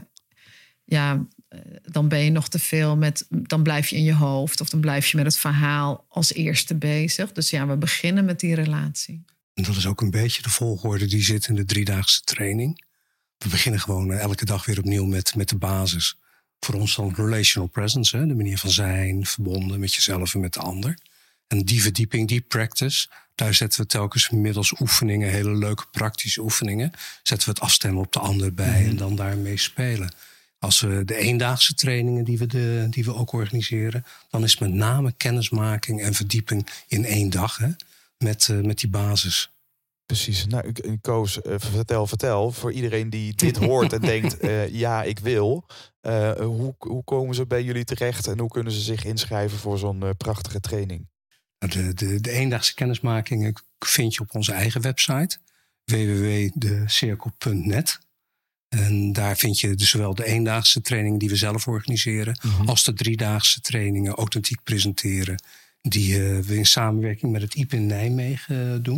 dan ben je nog te veel dan blijf je in je hoofd. Of dan blijf je met het verhaal als eerste bezig. Dus we beginnen met die relatie. En dat is ook een beetje de volgorde die zit in de 3-daagse training. We beginnen gewoon elke dag weer opnieuw met de basis. Voor ons dan relational presence, de manier van zijn, verbonden met jezelf en met de ander. En die verdieping, die practice, daar zetten we telkens middels oefeningen, hele leuke praktische oefeningen, zetten we het afstemmen op de ander bij en dan daarmee spelen. Als we de eendaagse trainingen die we ook organiseren, dan is het met name kennismaking en verdieping in 1 dag met die basis. Precies. Nou, Koos, vertel. Voor iedereen die dit hoort en denkt, ik wil. Hoe komen ze bij jullie terecht en hoe kunnen ze zich inschrijven voor zo'n prachtige training? De eendaagse kennismaking vind je op onze eigen website, www.decirkel.net. En daar vind je dus zowel de eendaagse trainingen die we zelf organiseren, als de 3-daagse trainingen authentiek presenteren, die we in samenwerking met het IPIN Nijmegen doen.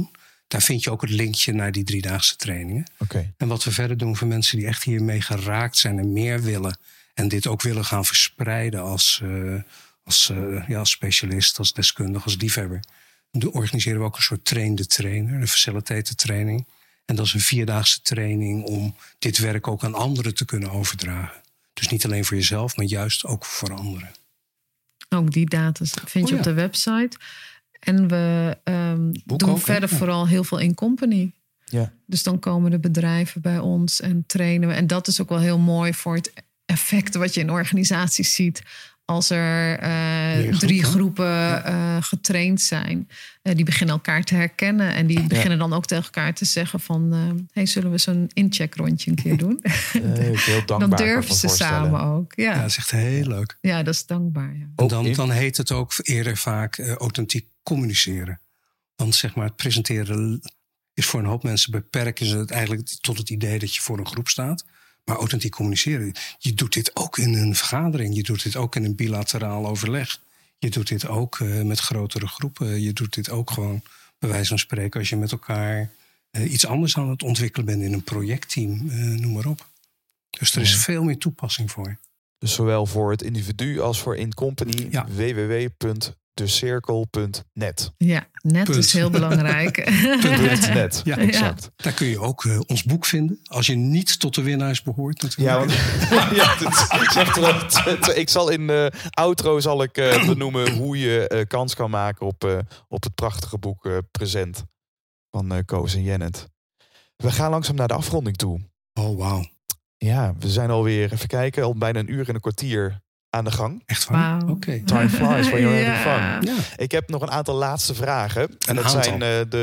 daar vind je ook het linkje naar die 3-daagse trainingen. Oké. En wat we verder doen voor mensen die echt hiermee geraakt zijn en meer willen. En dit ook willen gaan verspreiden als specialist, als deskundige, als liefhebber. Dan organiseren we ook een soort trainer, een facilitator training. En dat is een 4-daagse training om dit werk ook aan anderen te kunnen overdragen. Dus niet alleen voor jezelf, maar juist ook voor anderen. Ook die data vind je op de website. En we doen ook, verder vooral heel veel in company. Ja. Dus dan komen de bedrijven bij ons en trainen we. En dat is ook wel heel mooi voor het effect wat je in organisaties ziet. Als er 3 groepen getraind zijn. Die beginnen elkaar te herkennen. En die beginnen dan ook tegen elkaar te zeggen van... zullen we zo'n incheckrondje een keer doen? Heel dankbaar. Dan durven ze samen ook. Ja, dat is echt heel leuk. Ja, dat is dankbaar. Ja. En dan heet het ook eerder vaak authentiek communiceren. Want zeg maar, het presenteren is voor een hoop mensen beperken ze het eigenlijk tot het idee dat je voor een groep staat. Maar authentiek communiceren, je doet dit ook in een vergadering. Je doet dit ook in een bilateraal overleg. Je doet dit ook met grotere groepen. Je doet dit ook gewoon, bij wijze van spreken, als je met elkaar iets anders aan het ontwikkelen bent in een projectteam, noem maar op. Dus er is veel meer toepassing voor. Dus zowel voor het individu als voor in company. Ja. www.decirkel.net. Ja, net is heel belangrijk. .net, Ja, exact. Daar kun je ook ons boek vinden. Als je niet tot de winnaars behoort natuurlijk. Ja, want ik zal in de outro benoemen hoe je kans kan maken op het prachtige boek Present van Koos en Jennet. We gaan langzaam naar de afronding toe. Oh, wauw. Ja, we zijn alweer, even kijken, al bijna een uur en een kwartier aan de gang. Echt waar? Wauw. Oké. Time flies when you're having Ja. fun. Ja. Ik heb nog een aantal laatste vragen. En dat zijn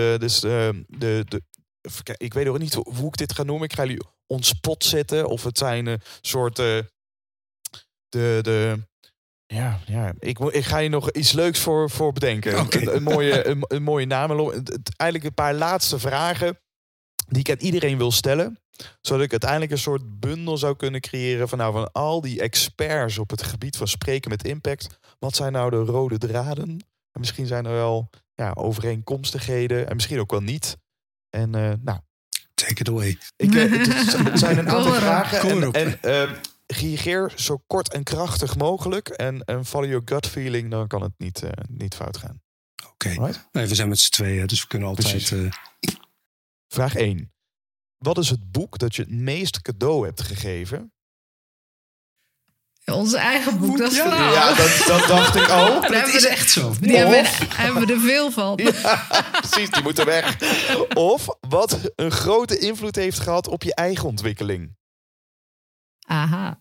ik weet nog niet hoe ik dit ga noemen. Ik ga jullie on spot zetten. Of het zijn soorten... Ik ga je nog iets leuks voor bedenken. Okay. Een mooie naam. Eigenlijk een paar laatste vragen die ik aan iedereen wil stellen. Zodat ik uiteindelijk een soort bundel zou kunnen creëren van al die experts op het gebied van spreken met impact. Wat zijn nou de rode draden? En misschien zijn er wel overeenkomstigheden en misschien ook wel niet. En Take it away. Het zijn een aantal Kom vragen. En reageer zo kort en krachtig mogelijk. En follow your gut feeling, dan kan het niet fout gaan. Oké. Right? Nee, we zijn met z'n tweeën, dus we kunnen altijd... Vraag 1. Wat is het boek dat je het meest cadeau hebt gegeven? Onze eigen boek, dat is verhaal. Ja, dat dacht ik ook. Dat is echt zo. Die hebben we er veel van. Ja, precies, die moeten weg. Of wat een grote invloed heeft gehad op je eigen ontwikkeling. Aha.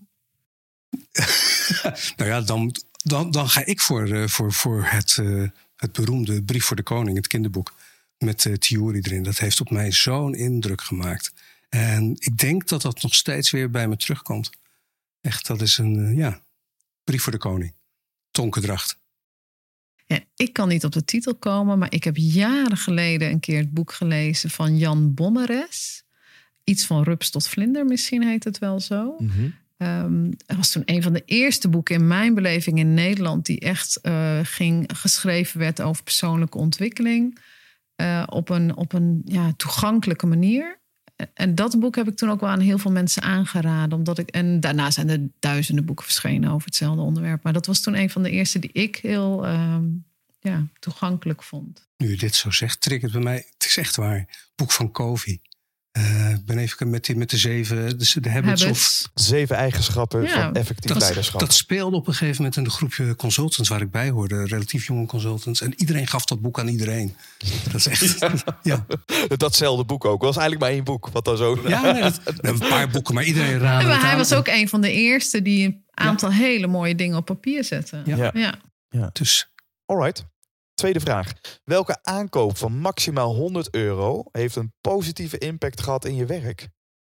Nou ja, dan ga ik voor het beroemde Brief voor de Koning, het kinderboek. Met Thierry erin. Dat heeft op mij zo'n indruk gemaakt. En ik denk dat dat nog steeds weer bij me terugkomt. Echt, dat is een Brief voor de Koning. Tonkendracht. Ja, ik kan niet op de titel komen, maar ik heb jaren geleden een keer het boek gelezen van Jan Bommeres. Iets van rups tot vlinder, misschien heet het wel zo. Mm-hmm. Het was toen een van de eerste boeken in mijn beleving in Nederland die echt geschreven werd over persoonlijke ontwikkeling. Op een toegankelijke manier. En dat boek heb ik toen ook wel aan heel veel mensen aangeraden. En daarna zijn er duizenden boeken verschenen over hetzelfde onderwerp. Maar dat was toen een van de eerste die ik heel toegankelijk vond. Nu je dit zo zegt, triggert bij mij. Het is echt waar. Boek van Covey. Ik ben even met de 7... De habits of... 7 eigenschappen van effectief leiderschap. Dat speelde op een gegeven moment in een groepje consultants waar ik bij hoorde. Relatief jonge consultants. En iedereen gaf dat boek aan iedereen. Dat is echt... Ja. Datzelfde boek ook. Was eigenlijk maar 1 boek. Wat dan zo... een paar boeken, maar iedereen raadde het aan. Hij was ook een van de eerste die een aantal hele mooie dingen op papier zette. Ja. Dus... Alright. Tweede vraag. Welke aankoop van maximaal €100 heeft een positieve impact gehad in je werk?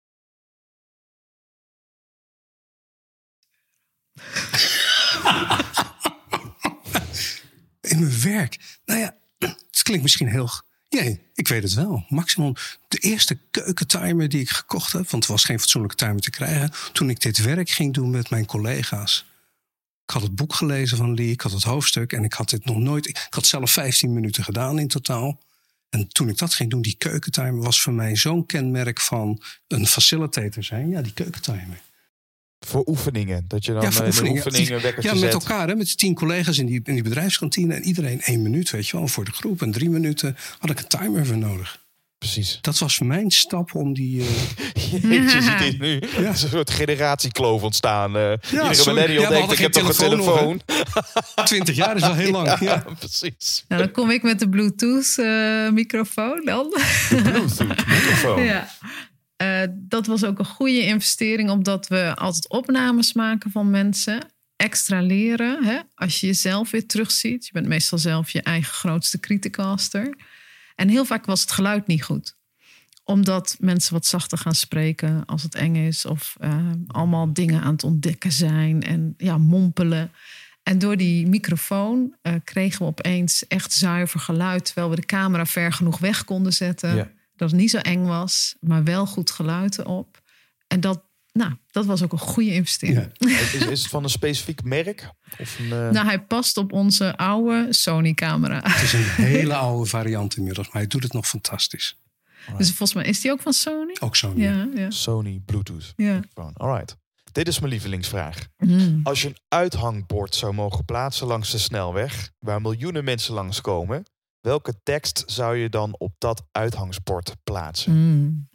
In mijn werk? Nou ja, het klinkt misschien heel... Nee, ik weet het wel. Maximum de eerste keukentimer die ik gekocht heb... want er was geen fatsoenlijke timer te krijgen... toen ik dit werk ging doen met mijn collega's. Ik had het boek gelezen van Lee, ik had het hoofdstuk... en ik had dit nog nooit... Ik had zelf 15 minuten gedaan in totaal. En toen ik dat ging doen, die keukentimer was voor mij zo'n kenmerk van een facilitator zijn. Ja, die keukentimer. Voor oefeningen. Dat je dan voor in de oefeningen wekkertje met zet. elkaar, hè, met 10 collega's in die bedrijfskantine. En iedereen 1 minuut, weet je wel, voor de groep. En 3 minuten had ik een timer voor nodig. Precies. Dat was mijn stap om die... Je ziet dit nu. Er is een soort generatiekloof ontstaan. Iedere millennial denkt, ik heb toch een telefoon. 20 jaar is wel heel lang. Ja. Precies. Nou, dan kom ik met de Bluetooth-microfoon dan. De Bluetooth-microfoon. Ja. Dat was ook een goede investering, omdat we altijd opnames maken van mensen. Extra leren, hè? Als je jezelf weer terugziet. Je bent meestal zelf je eigen grootste criticaster. En heel vaak was het geluid niet goed. Omdat mensen wat zachter gaan spreken als het eng is. Of allemaal dingen aan het ontdekken zijn en ja, mompelen. En door die microfoon kregen we opeens echt zuiver geluid. Terwijl we de camera ver genoeg weg konden zetten. Ja. Dat het niet zo eng was, maar wel goed geluid erop. En dat was ook een goede investering. Ja. Is het van een specifiek merk? Of een, Nou, hij past op onze oude Sony-camera. Het is een hele oude variant inmiddels, maar hij doet het nog fantastisch. Dus volgens mij is die ook van Sony? Ook Sony. Ja. Sony Bluetooth Ja. microfoon. Alright. Dit is mijn lievelingsvraag. Mm. Als je een uithangbord zou mogen plaatsen langs de snelweg, waar miljoenen mensen langskomen, welke tekst zou je dan op dat uithangsbord plaatsen? Mm.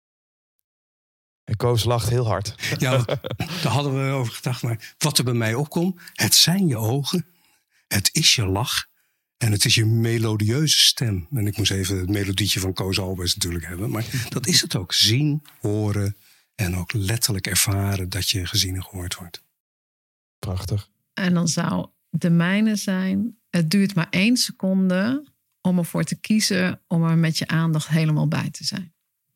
En Koos lacht heel hard. Ja, daar hadden we over gedacht. Maar wat er bij mij opkomt, het zijn je ogen, het is je lach en het is je melodieuze stem. En ik moest even het melodietje van Koos Albers natuurlijk hebben. Maar dat is het ook. Zien, horen en ook letterlijk ervaren dat je gezien en gehoord wordt. Prachtig. En dan zou de mijne zijn: het duurt maar 1 seconde om ervoor te kiezen om er met je aandacht helemaal bij te zijn.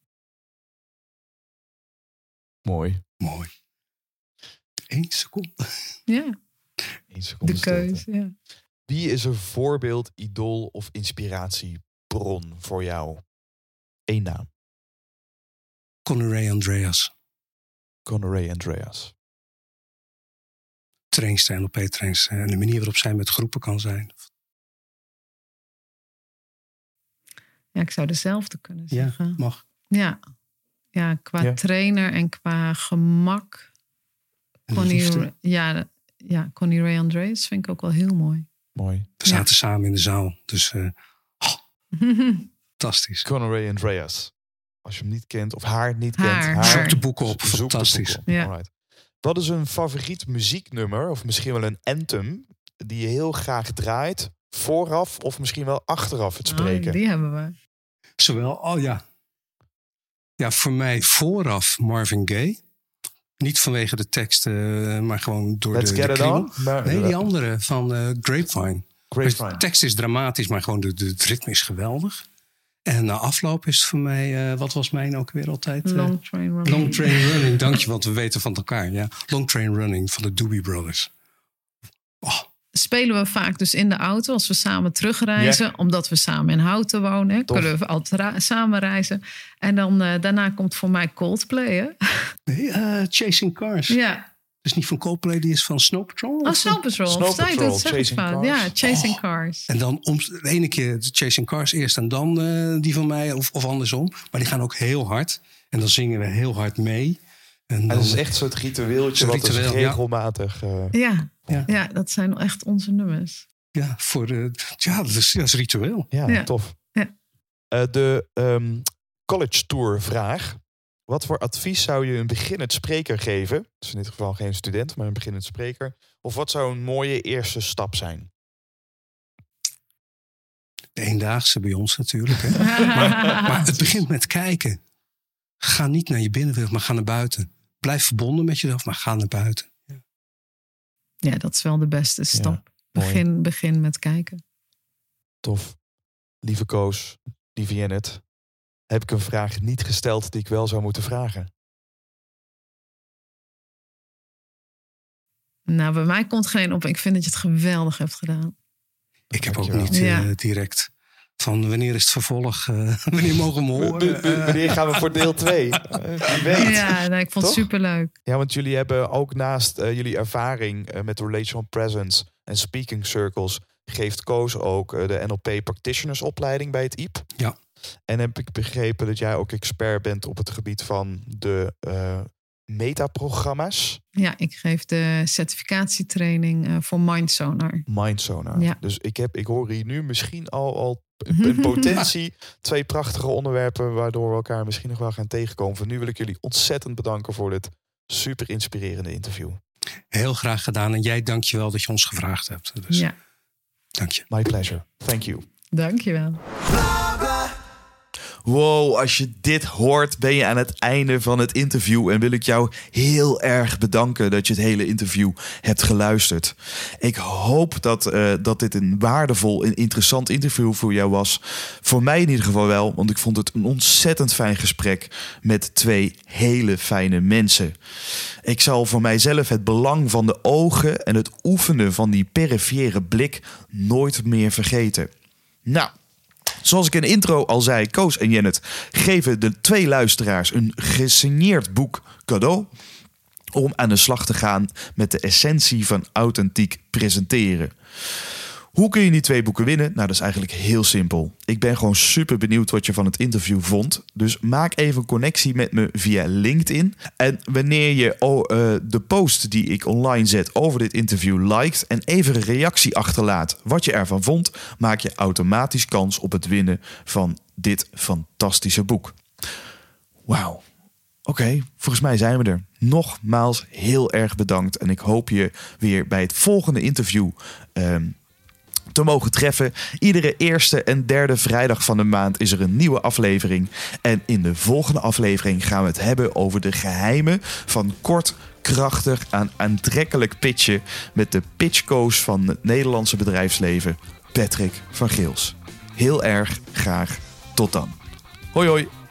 Mooi. Mooi. 1 seconde. Ja, 1 seconde de stilte. keuze. Ja. Wie is een voorbeeld, idool of inspiratiebron voor jou? 1 naam. Conor Ray Andreas. Conor Ray Andreas. Trainster, NLP-trainster. En de manier waarop zij met groepen kan zijn. Ja, ik zou dezelfde kunnen zeggen. Ja, mag. Ja, qua Ja. trainer en qua gemak. En de liefde. Connie Ray Andreas vind ik ook wel heel mooi. Mooi. We zaten samen in de zaal. Dus fantastisch. Conor Ray Andreas. Als je hem niet kent of haar niet Haar. kent. Zoek de boeken op. Zoek de Fantastisch. boeken op. Ja. Alright. Wat is een favoriet muzieknummer of misschien wel een anthem die je heel graag draait vooraf of misschien wel achteraf het spreken? Die hebben we. Zowel, Ja, voor mij vooraf Marvin Gaye. Niet vanwege de teksten, maar gewoon door Let's de Get It kriebel. On? Maar, Nee, die andere van Grapevine. Grapevine. De tekst is dramatisch, maar gewoon het ritme is geweldig. En na afloop is het voor mij, wat was mijn ook weer altijd? Long Train Running. Long Train Running, dank je, want we weten van elkaar. Ja. Long Train Running van de Doobie Brothers. Oh, Spelen we vaak dus in de auto als we samen terugreizen. Ja. Omdat we samen in Houten wonen. Hè, Tof. kunnen we altijd samen reizen. En dan daarna komt voor mij Coldplay. Hè? nee, Chasing Cars. Ja. Dus niet van Coldplay, die is van Snow Patrol. Oh, Snow Patrol. Snow Sta je Patrol, dat zeg ik Chasing fout. Cars. Ja, Chasing Cars. En dan de ene keer de Chasing Cars eerst en dan die van mij, of andersom. Maar die gaan ook heel hard. En dan zingen we heel hard mee. En En dan, dat is echt zo'n ritueeltje Zo'n wat dus ritueel, ja. regelmatig... Ja, dat zijn echt onze nummers. Ja, dat is ritueel. Ja, Ja. tof. Ja. De college tour vraag. Wat voor advies zou je een beginnend spreker geven? Dus in dit geval geen student, maar een beginnend spreker. Of wat zou een mooie eerste stap zijn? De eendaagse bij ons natuurlijk. Hè. maar het begint met kijken. Ga niet naar je binnenwereld, maar ga naar buiten. Blijf verbonden met jezelf, maar ga naar buiten. Ja, dat is wel de beste stap. mooi. Begin met kijken. Tof. Lieve Koos, lieve Jennet. Heb ik een vraag niet gesteld die ik wel zou moeten vragen? Nou, bij mij komt geen op. Ik vind dat je het geweldig hebt gedaan. Ik heb ook Dankjewel. niet direct van wanneer is het vervolg, wanneer mogen we horen. Wanneer gaan we voor deel 2? Wie weet. Ja, ik vond het Toch? superleuk. Ja, want jullie hebben ook naast jullie ervaring met relational presence en speaking circles, geeft Koos ook de NLP Practitionersopleiding bij het IEP. Ja. En heb ik begrepen dat jij ook expert bent op het gebied van de metaprogramma's. Ja, ik geef de certificatietraining voor Mindsonar. Mindsonar. Ja. Dus ik hoor hier nu misschien al in potentie 2 prachtige onderwerpen waardoor we elkaar misschien nog wel gaan tegenkomen. Voor nu wil ik jullie ontzettend bedanken voor dit super inspirerende interview. Heel graag gedaan. En jij dank je wel dat je ons gevraagd hebt. Dus, Ja, dank je. My pleasure. Thank you. dankjewel. Wow, als je dit hoort ben je aan het einde van het interview en wil ik jou heel erg bedanken dat je het hele interview hebt geluisterd. Ik hoop dat dit een waardevol en interessant interview voor jou was. Voor mij in ieder geval wel, want ik vond het een ontzettend fijn gesprek met 2 hele fijne mensen. Ik zal voor mijzelf het belang van de ogen en het oefenen van die perifere blik nooit meer vergeten. Nou, zoals ik in de intro al zei, Koos en Jennet geven de 2 luisteraars een gesigneerd boek cadeau om aan de slag te gaan met de essentie van authentiek presenteren. Hoe kun je die 2 boeken winnen? Nou, dat is eigenlijk heel simpel. Ik ben gewoon super benieuwd wat je van het interview vond. Dus maak even connectie met me via LinkedIn. En wanneer je de post die ik online zet over dit interview liked en even een reactie achterlaat wat je ervan vond, maak je automatisch kans op het winnen van dit fantastische boek. Wauw. Oké, volgens mij zijn we er. Nogmaals heel erg bedankt. En ik hoop je weer bij het volgende interview te mogen treffen. Iedere eerste en derde vrijdag van de maand is er een nieuwe aflevering. En in de volgende aflevering gaan we het hebben over de geheimen van kort, krachtig en aantrekkelijk pitchen met de pitchcoach van het Nederlandse bedrijfsleven, Patrick van Geels. Heel erg graag tot dan. Hoi hoi.